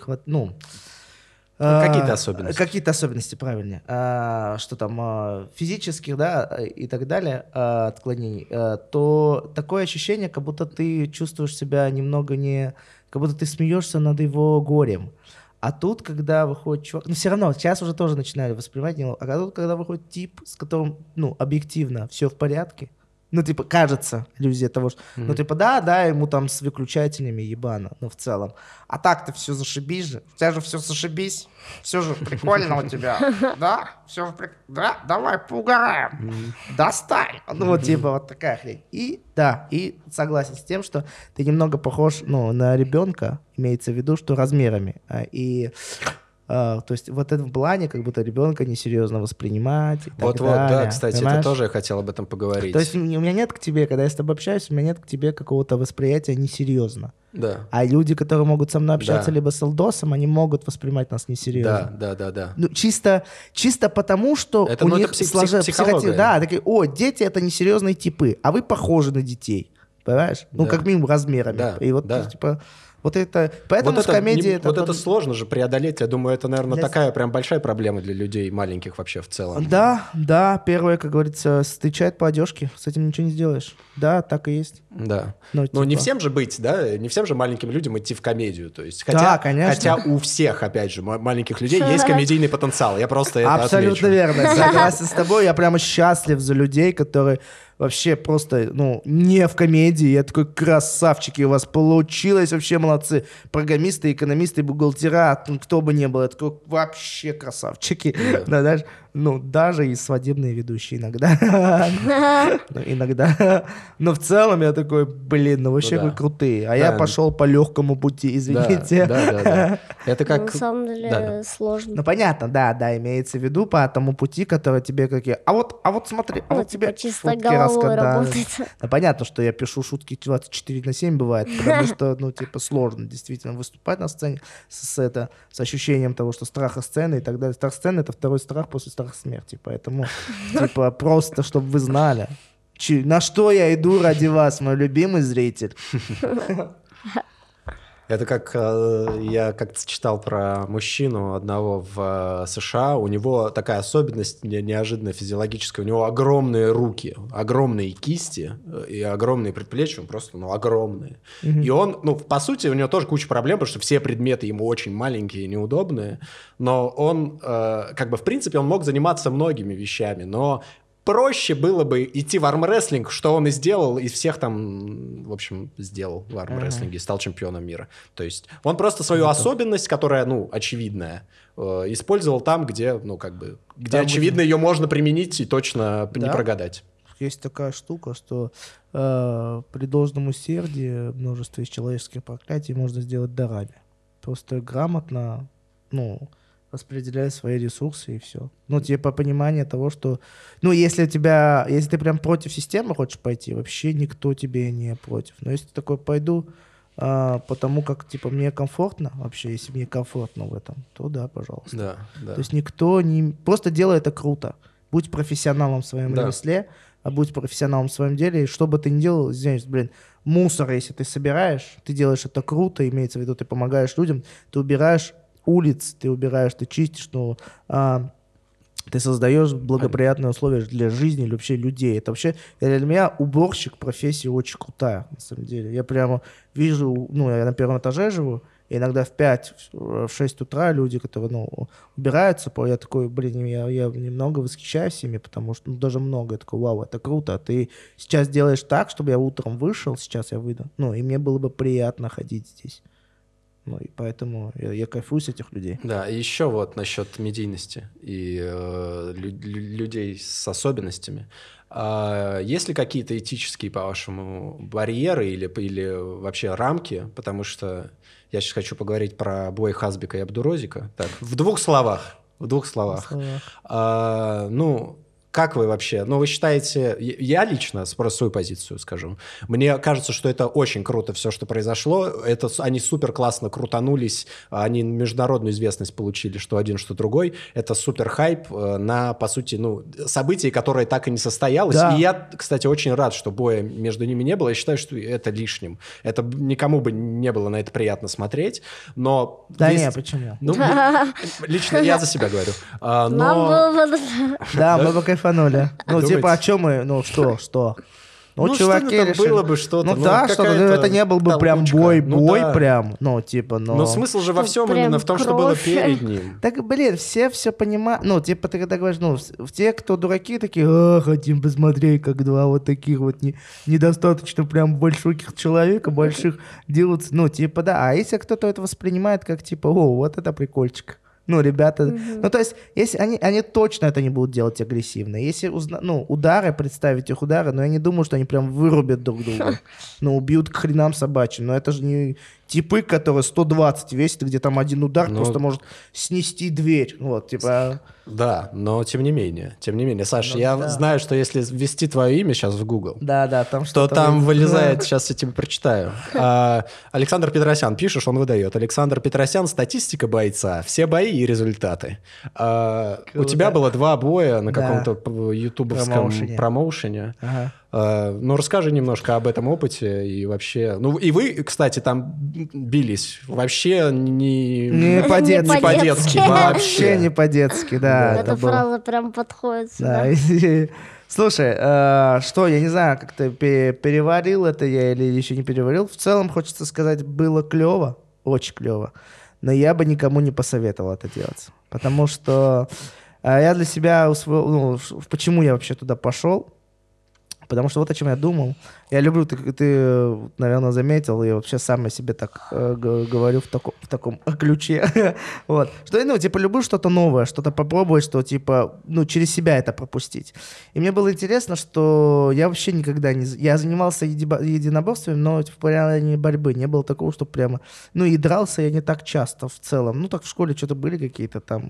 какие-то особенности. Какие-то особенности, правильнее. Что там, физических, да, и так далее, отклонений, то такое ощущение, как будто ты чувствуешь себя немного не... Как будто ты смеешься над его горем. А тут, когда выходит чувак... все равно, сейчас уже тоже начинали воспринимать его. А тут, когда выходит тип, с которым, объективно все в порядке, кажется, иллюзия того, что... да, ему там с выключателями ебано, в целом. А так-то все зашибись же. У тебя же все зашибись. Все же прикольно у тебя. Да? Все да? Давай поугараем. Достань. Вот такая хрень. И согласен с тем, что ты немного похож, на ребенка, имеется в виду, что размерами. То есть в этом плане как будто ребенка несерьезно воспринимать и так далее. Да, кстати, понимаешь? это тоже я хотел об этом поговорить. То есть у меня нет к тебе, когда я с тобой общаюсь, у меня нет к тебе какого-то восприятия несерьезно. Да. А люди, которые могут со мной общаться Да. либо с Элдосом, они могут воспринимать нас несерьезно. Да. Чисто потому, что Это, у это них психология. Да, такие, дети — это несерьезные типы, а вы похожи на детей. Понимаешь? Да. Как минимум размерами. Да, И вот, да. вот это... Поэтому в комедии... это сложно же преодолеть. Я думаю, это, наверное, Для- такая прям большая проблема для людей маленьких вообще в целом. Да, первое, как говорится, встречает по одежке, с этим ничего не сделаешь. Да, так и есть. Да. Ну, Но не типа. всем же быть, да, не всем же маленьким людям идти в комедию. То есть, Да, конечно. хотя у всех, опять же, маленьких людей есть комедийный потенциал. Я просто это Абсолютно отмечу. верно. Согласен с тобой. Я прямо счастлив за людей, которые вообще просто, ну, не в комедии. Я такой, красавчики, у вас получилось, вообще молодцы. Программисты, экономисты, бухгалтера, ну, кто бы ни был, я такой, вообще красавчики. Да, даже, ну, даже и свадебные ведущие иногда. Ну, иногда. Но в целом я такой, блин, ну вообще вы крутые. А я пошел по легкому пути, извините. Да. Это На как... самом деле сложно. Ну, понятно, да, имеется в виду по тому пути, который тебе какие... А вот смотри, а Ну, вот тебе... типа чисто шутки головой да. работать. Ну, понятно, что я пишу шутки 24/7 бывает, потому что, ну, типа, сложно действительно выступать на сцене с ощущением того, что страха сцены и так далее. Страх сцены — это второй страх после страха смерти, поэтому, типа, просто, чтобы вы знали, на что я иду ради вас, мой любимый зритель. Это как я как-то читал про мужчину одного в США. У него такая особенность неожиданно физиологическая. У него огромные руки, огромные кисти и огромные предплечья. Он просто, огромные. И он, по сути, у него тоже куча проблем, потому что все предметы ему очень маленькие и неудобные. Но он, в принципе, он мог заниматься многими вещами, но проще было бы идти в армрестлинг, что он и сделал, из всех там, в общем, сделал в армрестлинге, стал чемпионом мира. То есть он просто свою особенность, которая, очевидная, использовал там, где, где очевидно ее можно применить и точно не прогадать. Есть такая штука, что при должном усердии множество из человеческих проклятий можно сделать дарами. Просто грамотно, распределяй свои ресурсы и все. Понимание того, что... если ты прям против системы хочешь пойти, вообще никто тебе не против. Но если ты такой, пойду, потому как, мне комфортно, вообще, если мне комфортно в этом, то да, пожалуйста. Да. То есть никто не... Просто делай это круто. Будь профессионалом в своем ремесле, а будь профессионалом в своем деле. И что бы ты ни делал, извиняюсь, мусор, если ты собираешь, ты делаешь это круто, имеется в виду, ты помогаешь людям, ты убираешь улиц, ты убираешь, ты чистишь, ты создаешь благоприятные условия для жизни или вообще людей. Это вообще, для меня уборщик профессия очень крутая, на самом деле. Я прямо вижу, я на первом этаже живу, и иногда в 5-6 утра люди, которые, убираются, я такой, я немного восхищаюсь ими, потому что, даже много, я такой, вау, это круто. Ты сейчас делаешь так, чтобы я утром вышел, сейчас я выйду, и мне было бы приятно ходить здесь. И поэтому я кайфую с этих людей. Да, и еще насчет медийности и людей с особенностями. Есть ли какие-то этические, по-вашему, барьеры или вообще рамки? Потому что я сейчас хочу поговорить про бой Хазбика и Абдурозика. Так, в двух словах. Как вы вообще? Вы считаете... Я лично просто свою позицию скажу. Мне кажется, что это очень круто все, что произошло. Они супер классно крутанулись. Они международную известность получили, что один, что другой. Это супер хайп на, по сути, событие, которое так и не состоялось. Да. И я, кстати, очень рад, что боя между ними не было. Я считаю, что это лишним. Это никому бы не было на это приятно смотреть. Но... почему? Лично я за себя говорю. Да, мы бы кайфанули. А что мы, что? Чуваки решили... было бы что-то. Что-то, это не был бы прям бой прям, Но смысл же во всем именно в том, что было перед ним. Так, все понимают, ты когда говоришь, те, кто дураки, такие, хотим посмотреть, как два вот таких вот недостаточно прям больших человека, больших делаются, да, а если кто-то это воспринимает как, вот это прикольчик. Ребята... то есть, если они точно это не будут делать агрессивно. Если, удары, представить их удары, я не думаю, что они прям вырубят друг друга. Убьют к хренам собачьим. Но это же не типы, которые 120 весят, где там один удар просто может снести дверь. Да, но тем не менее, Саша, я знаю, что если ввести твое имя сейчас в Google, там то там вылезает, сейчас я тебе прочитаю. Александр Петросян, пишешь, он выдает. Александр Петросян, статистика бойца, все бои и результаты. У тебя было 2 боя на каком-то ютубовском промоушене. Расскажи немножко об этом опыте и вообще... и вы, кстати, там бились вообще не по-детски. Вообще не по-детски, да. Эта фраза прям подходит сюда. Слушай, что, я не знаю, как ты переварил это я или еще не переварил. В целом, хочется сказать, было клево, очень клево. Но я бы никому не посоветовал это делать. Потому что я для себя усвоил... почему я вообще туда пошел? Потому что вот о чем я думал. Я люблю, ты, наверное, заметил, и вообще сам я себе так говорю в таком ключе. Вот. Что я, типа, люблю что-то новое, что-то попробовать, что, типа, через себя это пропустить. И мне было интересно, что я вообще никогда не... Я занимался единоборствами, но в плане борьбы не было такого, что прямо... и дрался я не так часто в целом. Так в школе что-то были какие-то там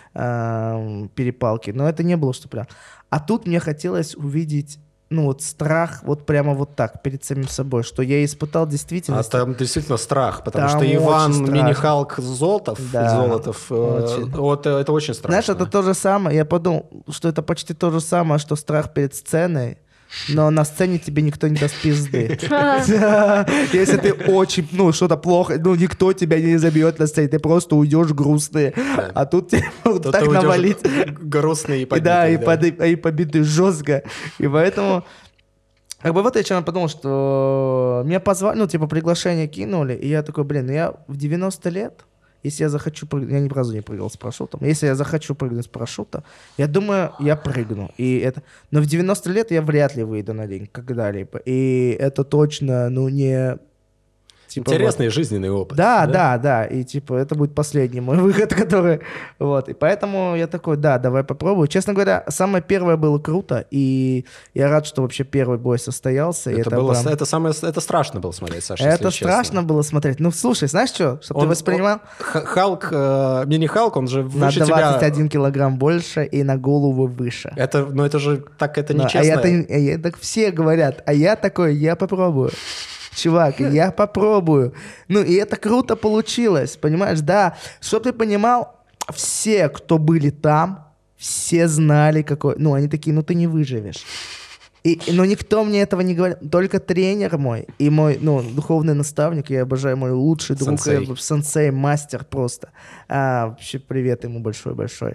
перепалки, но это не было, что прям... А тут мне хотелось увидеть страх вот прямо вот так, перед самим собой, что я испытал действительно. А там действительно страх, потому там что Иван очень Мини-Халк Золотов, Да, вот это очень страшно. Знаешь, это то же самое, я подумал, что это почти то же самое, что страх перед сценой, но на сцене тебе никто не даст пизды. Если ты очень, что-то плохо, никто тебя не забьет на сцене, ты просто уйдешь грустный. А тут тебе могут так навалить. Грустный и побитый. побитый. И побитый жестко. И поэтому... вот я чем подумал, что меня позвали, приглашение кинули, и я такой, я в 90 лет, если я захочу прыгнуть, я ни разу не прыгал с парашютом, если я захочу прыгнуть с парашюта, я думаю, я прыгну. Но в 90 лет я вряд ли выйду на день когда-либо. И это точно, не... Интересный жизненный опыт. Да. И это будет последний мой выход, который... И поэтому я такой, давай попробую. Честно говоря, самое первое было круто, и я рад, что вообще первый бой состоялся. Это страшно было смотреть, Саша, это страшно было смотреть. Слушай, знаешь что? Чтобы ты воспринимал... Мини-Халк, он же выше на тебя... 21 килограмм больше и на голову выше. Это же так, это нечестно. Так все говорят, а я такой, я попробую. Чувак, я попробую. И это круто получилось, понимаешь? Да, чтобы ты понимал, все, кто были там, все знали, какой... они такие, ты не выживешь. Но никто мне этого не говорил. Только тренер мой и мой, духовный наставник, я обожаю, мой лучший друг, сенсей, мастер просто. Вообще привет ему большой-большой.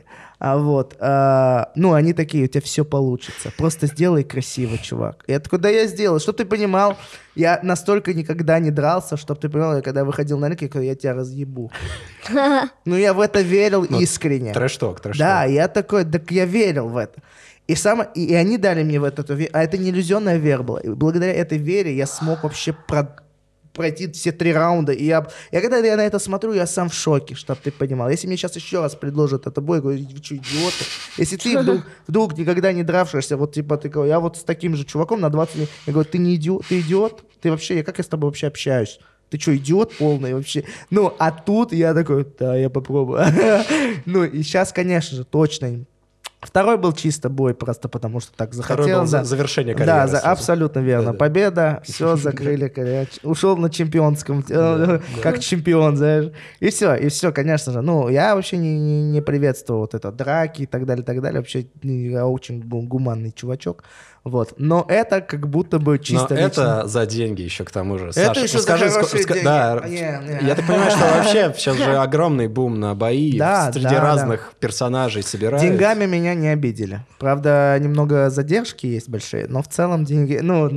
Они такие, у тебя все получится. Просто сделай красиво, чувак. Я такой, я сделал. Чтоб ты понимал, я настолько никогда не дрался, чтоб ты понимал, я когда выходил на ринг, я тебя разъебу. Я в это верил искренне. Трэш-ток. Да, я такой, я верил в это. И они дали мне а это не иллюзионная вера была. И благодаря этой вере я смог вообще пройти все 3 раунда. И когда я на это смотрю, я сам в шоке, чтобы ты понимал. Если мне сейчас еще раз предложат это бой, я говорю, вы что, идиоты? Если ты вдруг никогда не дравшишься, ты говоришь, я с таким же чуваком на 20 лет, я говорю, ты не идиот, ты идиот? Ты вообще, как я с тобой вообще общаюсь? Ты что, идиот полный вообще? А тут я такой, да, я попробую. И сейчас, конечно же, точно. Второй был чисто бой, просто потому что так захотел. Второй был завершение карьеры. Да, абсолютно верно. Да. Победа, все, закрыли карьеру. Ушел на чемпионском, как чемпион, знаешь. И все, конечно же. Я вообще не приветствую вот это драки и так далее, так далее. Вообще, я очень гуманный чувачок. Но это как будто бы чисто Но лично. это за деньги еще к тому же. Это Саша, еще скажи, за хорошие деньги. Да, я так понимаю, что вообще сейчас же огромный бум на бои. Среди разных персонажей собирают. Деньгами меня не обидели. Правда, немного задержки есть большие, но в целом деньги...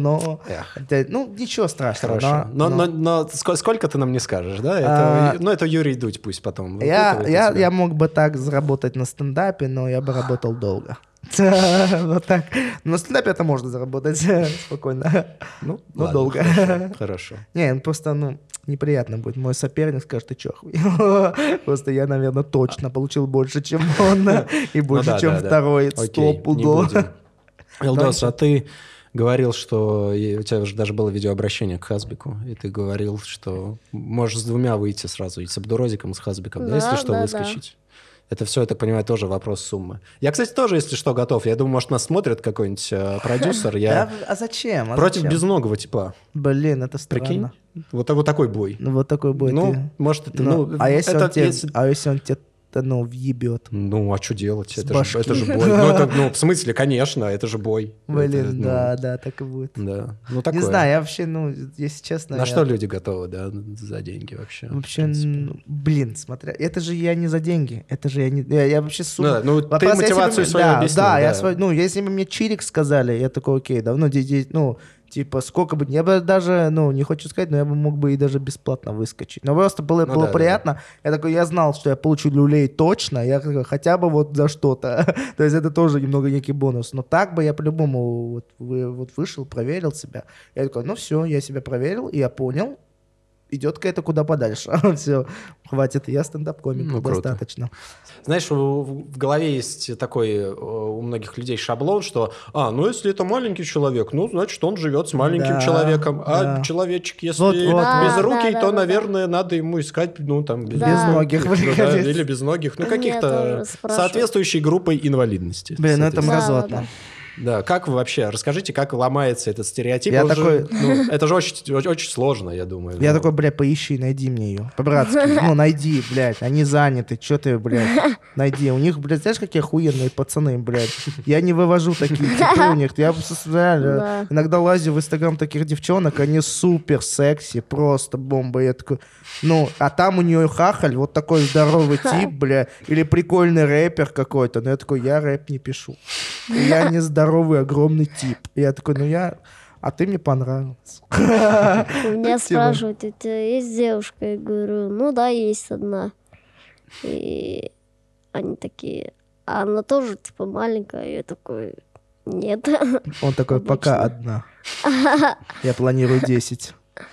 ничего страшного. Хорошо. Но сколько ты нам не скажешь, да? Это Юрий Дудь пусть потом. Я мог бы так заработать на стендапе, но я бы работал долго. Вот так. На стендапе это можно заработать спокойно. Но долго. Хорошо. Просто, неприятно будет. Мой соперник скажет, ты чё, просто я, наверное, точно получил больше, чем он, и больше, чем второй. 100 пудов. Элдос, а ты говорил, что у тебя уже даже было видеообращение к Хазбеку, и ты говорил, что можешь с 2 выйти сразу, и с Абдурозиком, и с Хазбеком, если что, выскочить. Это все, я так понимаю, тоже вопрос суммы. Я, кстати, тоже, если что, готов. Я думаю, может, нас смотрит какой-нибудь продюсер. А зачем? Против безногого типа. Блин, это странно. Прикинь? Вот такой бой. Вот такой бой. Может, это... А если он тебе въебет? А что делать? Это же бой. В смысле, конечно, это же бой. Блин, да, так и будет. Да. Не знаю, я вообще, если честно... На что люди готовы, за деньги вообще? Вообще, смотря... Это же я не за деньги. Это же я не... Я вообще сумма... Ты мотивацию свою объяснил. Да, если бы мне чирик сказали, я такой, окей, Типа, сколько бы... Я бы даже, ну, не хочу сказать, но я бы мог бы и даже бесплатно выскочить. Но просто было да, приятно. Я такой, я знал, что я получу люлей точно. Я такой, хотя бы вот за что-то. То есть это тоже немного некий бонус. Но так бы я по-любому вот вышел, проверил себя. Я такой, ну все, я себя проверил, и я понял. Идет какая-то куда подальше. Все, хватит. Я стендап-комик, Ну, круто. достаточно. Знаешь, в голове есть такой у многих людей шаблон, что, ну, если это маленький человек, ну, значит, он живет с маленьким Да, человеком. А да. человечек, если Вот. безрукий, Да, то, да, наверное, надо ему искать, ну, там, Без ногих, ну, да, выходить. или без ногих, ну, Меня каких-то тоже спрашивают. соответствующей группой инвалидности. Блин, ну это соответственно. мразотно. Да, как вы вообще, расскажите, как ломается этот стереотип? Я Он же, такой- ну, это же очень сложно, я думаю. Я Ну, такой, блядь, поищи, найди мне ее. По-братски. Ну, найди, блядь. Они заняты. Че ты, блядь, найди. У них, блядь, знаешь, какие охуенные пацаны, блядь. Я не вывожу такие типы у них. Я реально Да. иногда лазю в инстаграм таких девчонок, они супер секси, просто бомба. Я такой, ну, а там у нее хахаль, вот такой здоровый тип, бля, или прикольный рэпер какой-то. Но я такой, я рэп не пишу. Я не здоровый, огромный тип. Я такой, ну я... А ты мне понравился. У меня Типа. спрашивают, у тебя есть девушка? Я говорю, ну да, есть одна. И они такие, а она тоже типа маленькая? Я такой, нет. Он такой, пока Обычно. одна. Я планирую 10.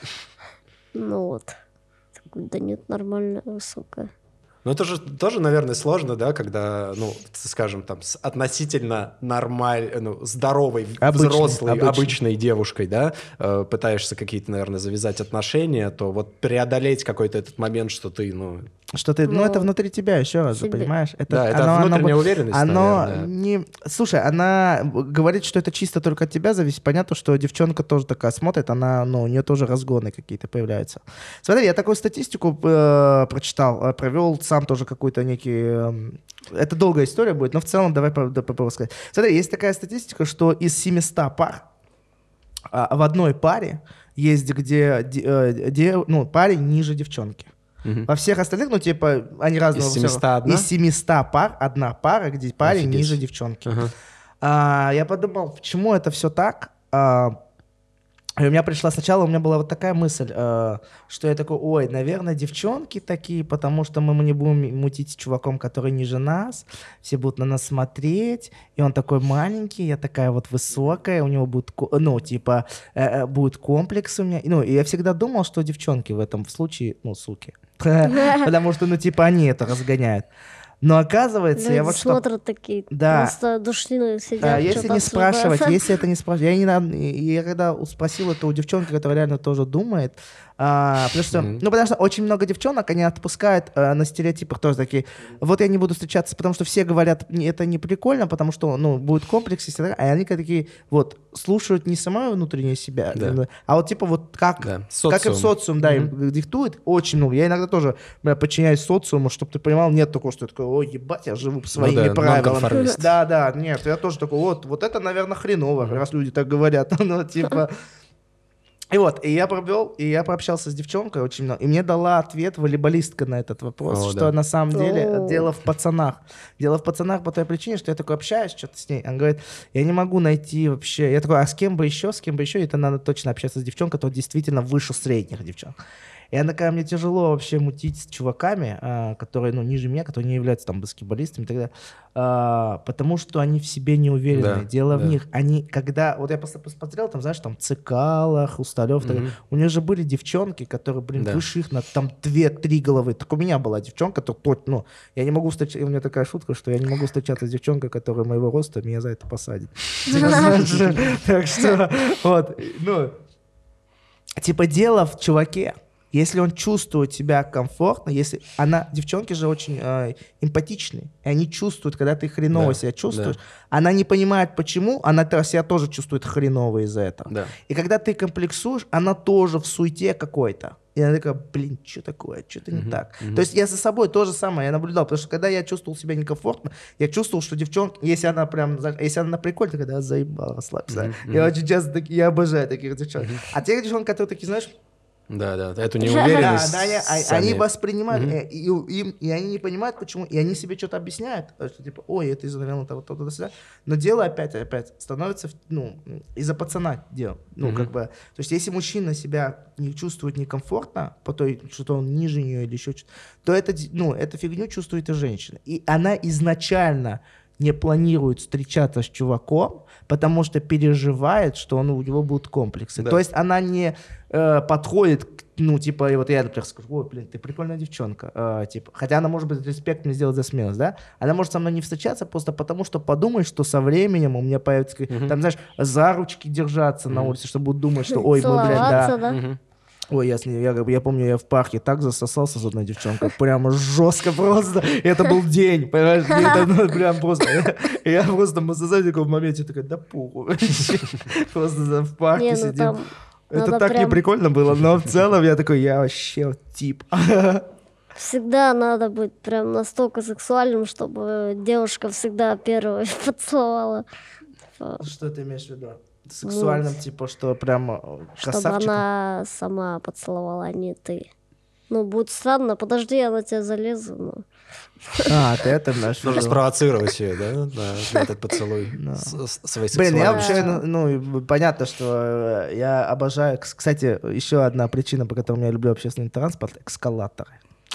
Ну вот. Такой, да нет, нормальная, высокая. Ну, это же тоже, наверное, сложно, да, когда, ну, скажем, там, с относительно нормальной, ну, здоровой, Обычной, взрослой, обычной. обычной девушкой, да, пытаешься какие-то, наверное, завязать отношения, то вот преодолеть какой-то этот момент, что ты, ну... Что ты, ну, Ну, это внутри тебя, еще раз, себе. понимаешь? Да, это внутренняя уверенность, Оно наверное. не... Слушай, она говорит, что это чисто только от тебя зависит. Понятно, что девчонка тоже такая смотрит, она, ну, у нее тоже разгоны какие-то появляются. Смотри, я такую статистику прочитал, провел сам тоже какой-то некий... это долгая история будет, но в целом давай попробуем сказать. Смотри, есть такая статистика, что из 700 пар в одной паре есть, где ну, парень ниже девчонки. Мгм. Во всех остальных, ну, типа, они разные. Из 700 одна? Из 700 пар одна пара, где парень Офигеть. ниже девчонки. Ага. Я подумал, почему это все так? И у меня пришла сначала, у меня была вот такая мысль, что я такой, ой, наверное, девчонки такие, потому что мы не будем мутить с чуваком, который ниже нас, все будут на нас смотреть, и он такой маленький, я такая вот высокая, у него будет, ну, типа, будет комплекс у меня. Ну, и я всегда думал, что девчонки в этом случае, ну, суки, потому что, ну, типа, они это разгоняют. Но оказывается, я Люди вот что... смотрят такие, Да. просто душнилы сидят. Если что-то не спрашивать, обсуждают. если это не спрашивать, я когда спросил это у девчонки, которая реально тоже думает, потому что, ну, потому что очень много девчонок, они отпускают на стереотипах тоже такие, вот я не буду встречаться, потому что все говорят, это не прикольно, потому что, ну, будет комплекс, и они такие, вот, слушают не самого внутреннего себя, Да. а вот типа вот как Да, как им социум. социум, да, им диктует, очень много. Я иногда тоже подчиняюсь социуму, чтобы ты понимал, нет такого, что я такой, ой, ебать, я живу по своими да, правилам. нонконформист. Да, нет, я тоже такой, вот это, наверное, хреново, раз люди так говорят. Ну, типа... И вот, и я пообщался с девчонкой очень много, и мне дала ответ волейболистка на этот вопрос, О, что да. на самом деле О. дело в пацанах. Дело в пацанах по той причине, что я такой общаюсь что-то с ней, она говорит, я не могу найти вообще, я такой, а с кем бы еще, и это надо точно общаться с девчонкой, которая действительно выше средних девчонок. И она такая, мне тяжело вообще мутить с чуваками, которые, ну, ниже меня, которые не являются там баскетболистами и так далее, потому что они в себе не уверены. Да, Дело в да. них. Они, когда... Вот я посмотрел, там, знаешь, там, Цикало, Хрусталев, так далее. У них же были девчонки, которые, блин, Да. выше их на там 2-3 головы. Так у меня была девчонка, ну, я не могу встречаться... У меня такая шутка, что я не могу встречаться с девчонкой, которая моего роста, меня за это посадит. Так что, вот, ну... Типа дело в чуваке. Если он чувствует себя комфортно, если она, девчонки же очень эмпатичные, и они чувствуют, когда ты хреново Да, себя чувствуешь, да. она не понимает почему, она себя тоже чувствует хреново из-за этого. Да. И когда ты комплексуешь, она тоже в суете какой-то. И она такая, блин, что такое, что-то не так. То есть я за собой то же самое, я наблюдал, потому что когда я чувствовал себя некомфортно, я чувствовал, что девчонка, если она на приколе, то когда заебала, расслабься. Я очень часто, я обожаю таких девчонок. А те девчонки, которые такие, знаешь, Да, эту неуверенность. Да, сами- они воспринимают, Мгм. и они не понимают, почему, и они себе что-то объясняют, что типа, ой, это из-за того, то, сюда. Но дело опять становится, из-за пацана дело. Мгм. Как бы, то есть если мужчина себя не чувствует некомфортно, по той, что он ниже нее или еще что-то, то эту фигню чувствует и женщина. И она изначально не планирует встречаться с чуваком, потому что переживает, что у него будут комплексы. Да. То есть она не подходит, типа, и вот я, например, скажу, ой, блин, ты прикольная девчонка, типа, хотя она, может быть, респект мне сделать за смелость, да, она может со мной не встречаться просто потому, что подумает, что со временем у меня появится, там, знаешь, за ручки держаться на улице, чтобы будут думать, что, ой, мы, блядь, Целоваться, да. да? Мгм. Ой, я помню, я в парке так засосался с одной девчонкой, прямо жестко просто. И это был день, понимаешь? Это, прям просто. Я просто в таком моменте такой, да похуй. Просто в парке Не, сидел. там Это надо так не прям- прикольно было, но в целом я такой, я вообще тип. Всегда надо быть прям настолько сексуальным, чтобы девушка всегда первой поцеловала. Типа, Что ты имеешь в виду? Сексуальным, типа, что прям чтобы красавчик? она сама поцеловала, а не ты. Ну, будет странно. Подожди, я на тебя залезу. Ну. А, ты это имеешь в Нужно виду? спровоцировать ее, да, на этот поцелуй своей Блин, я сексуальностью. вообще, понятно, что я обожаю, кстати, еще одна причина, по которой я люблю общественный транспорт, эскалаторы.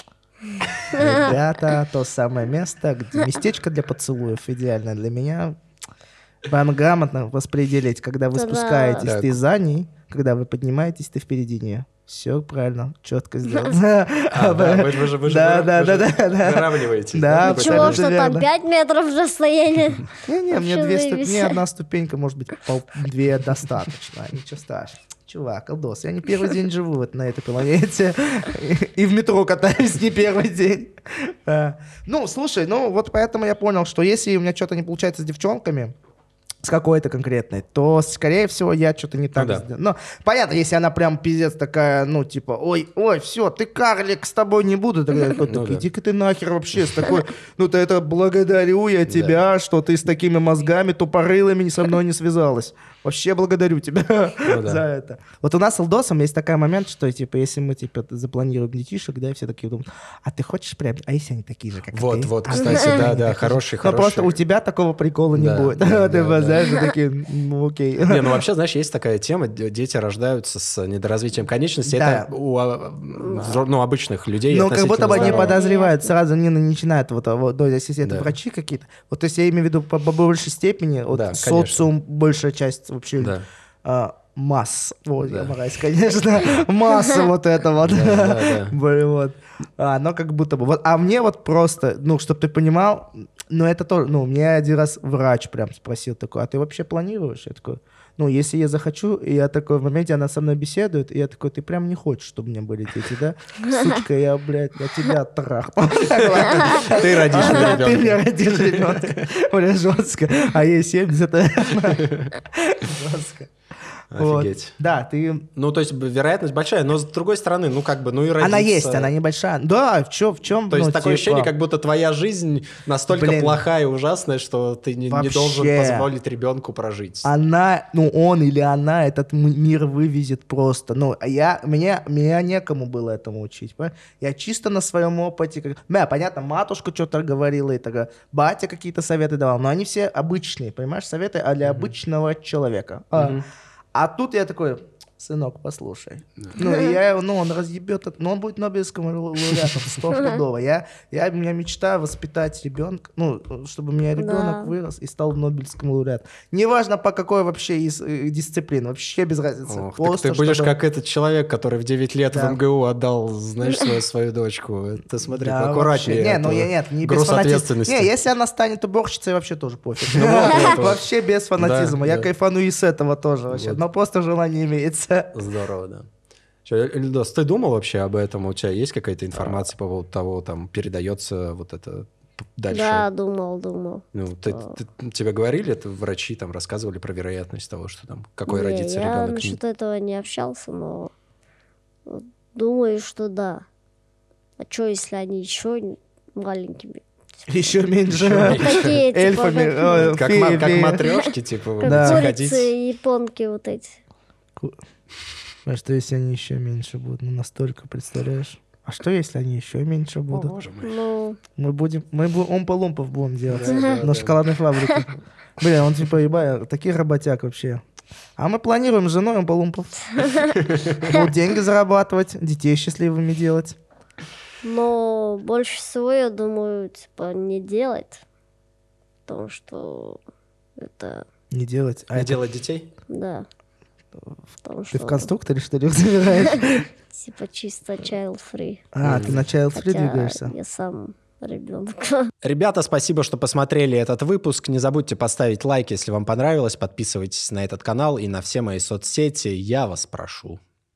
Ребята, то самое место, где местечко для поцелуев идеально для меня. Вам грамотно распределить, когда вы Да-да. спускаетесь, Так. ты за ней, когда вы поднимаетесь, ты впереди нее. Все правильно, четко сделано. Вы же Да. выравниваетесь. Да, Вы Чего, абсолютно что верно. там 5 метров расстояния? Не, мне Вообще заебись. мне одна ступенька, может быть, две достаточно. Ничего страшного. Чувак, Алдос, я не первый день живу на этой планете. И в метро катаюсь не первый день. Ну, слушай, вот поэтому я понял, что если у меня что-то не получается с девчонками, с какой-то конкретной, то, скорее всего, я что-то не так да. сделал. Ну, понятно, если она прям пиздец такая, типа, ой, все, ты карлик, с тобой не буду. Тогда я такой, Ну да. иди-ка ты нахер вообще с такой, ты это благодарю я тебя, что ты с такими мозгами тупорылыми со мной не связалась. Вообще благодарю тебя да. за это. Вот у нас с Алдосом есть такой момент, что, типа, если мы, типа, запланируем детишек, да, и все такие думают, а ты хочешь прям, а если они такие же, как ты? Вот, А кстати, ты да, такие же?» хороший. Ну, просто у тебя такого прикола не Да, будет. да, Ты да, знаешь, такие, окей. Не, ну вообще, знаешь, есть такая тема, дети рождаются с недоразвитием конечностей. Да. Это у обычных людей Но как будто бы они относительно здоровых. подозревают, сразу не начинают, если это Да. врачи какие-то. Вот, то есть я имею в виду по большей степени, вот Да, конечно. социум, большая часть вообще Да. масс. Вот, Да. я мразь, конечно. Масса вот этого. Да. Блин, вот. Но как будто бы. Вот, а мне вот просто, чтобы ты понимал, это тоже, мне один раз врач прям спросил такой, а ты вообще планируешь? Я такой, если я захочу, и я такой, в моменте она со мной беседует, и я такой, ты прям не хочешь, чтобы у меня были дети, да? Сучка, я тебя трахну. Ты родишь Ты ребенка. мне родишь ребенка. Бля, жестко. А ей 70. Жестко. Вот. Офигеть. Да, ты... Ну, то есть вероятность большая, но с другой стороны, и родиться... Она есть, она небольшая. Да, в чем? То есть такое ощущение, как будто твоя жизнь настолько Блин. плохая и ужасная, что ты не должен Вообще. позволить ребенку прожить. Он или она этот мир вывезет просто. Меня некому было этому учить. Понимаешь? Я чисто на своем опыте. Понятно, матушка что-то говорила, и тогда батя какие-то советы давал, но они все обычные, понимаешь, советы для обычного человека. А тут я такой, сынок, послушай. Он разъебет, он будет Нобелевским лауреатом стопудово. У меня мечта воспитать ребенка, чтобы у меня ребенок вырос и стал Нобелевским лауреатом. Неважно, по какой вообще из дисциплин, вообще без разницы. Ох, так ты будешь как этот человек, который в 9 лет в МГУ отдал, знаешь, свою дочку. Ты смотри, Да, аккуратнее. вообще. Не без груз фанатизма. ответственности. Если она станет уборщицей, вообще тоже пофиг. вот. Вообще без фанатизма. Я Да. кайфану и с этого тоже вообще. Вот. Но просто желание имеется. Здорово, да. Ильдос, ты думал вообще об этом? У тебя есть какая-то информация по поводу того, там передается вот это дальше? Да, думал. Тебе говорили, это врачи там рассказывали про вероятность того, что там какой Не, родится я ребенок? насчет этого не общался, но думаю, что да. А что, если они еще маленькими? Еще меньше. Такие, типа, Эльфами. Как матрешки, типа, как Да. заходить. курицы японки вот эти. А что, если они еще меньше будут? Ну, настолько, представляешь? А что, если они еще меньше О, будут? боже мой. Ну, Мы будем умпа-лумпов будем делать Да, на шоколадной фабрике. Блин, он типа, ебать, таких работяг вообще. А мы планируем с женой умпа-лумпов. Будут деньги зарабатывать, детей счастливыми делать. но больше всего, я думаю, типа, не делать. Потому что это, Не делать. А Не это делать детей? да. Потому ты в что, конструкторе, что ли, их забираешь? типа, чисто child free. А, ты на child free Хотя двигаешься. я сам ребенок. Ребята, спасибо, что посмотрели этот выпуск. Не забудьте поставить лайк, если вам понравилось. Подписывайтесь на этот канал и на все мои соцсети. Я вас прошу.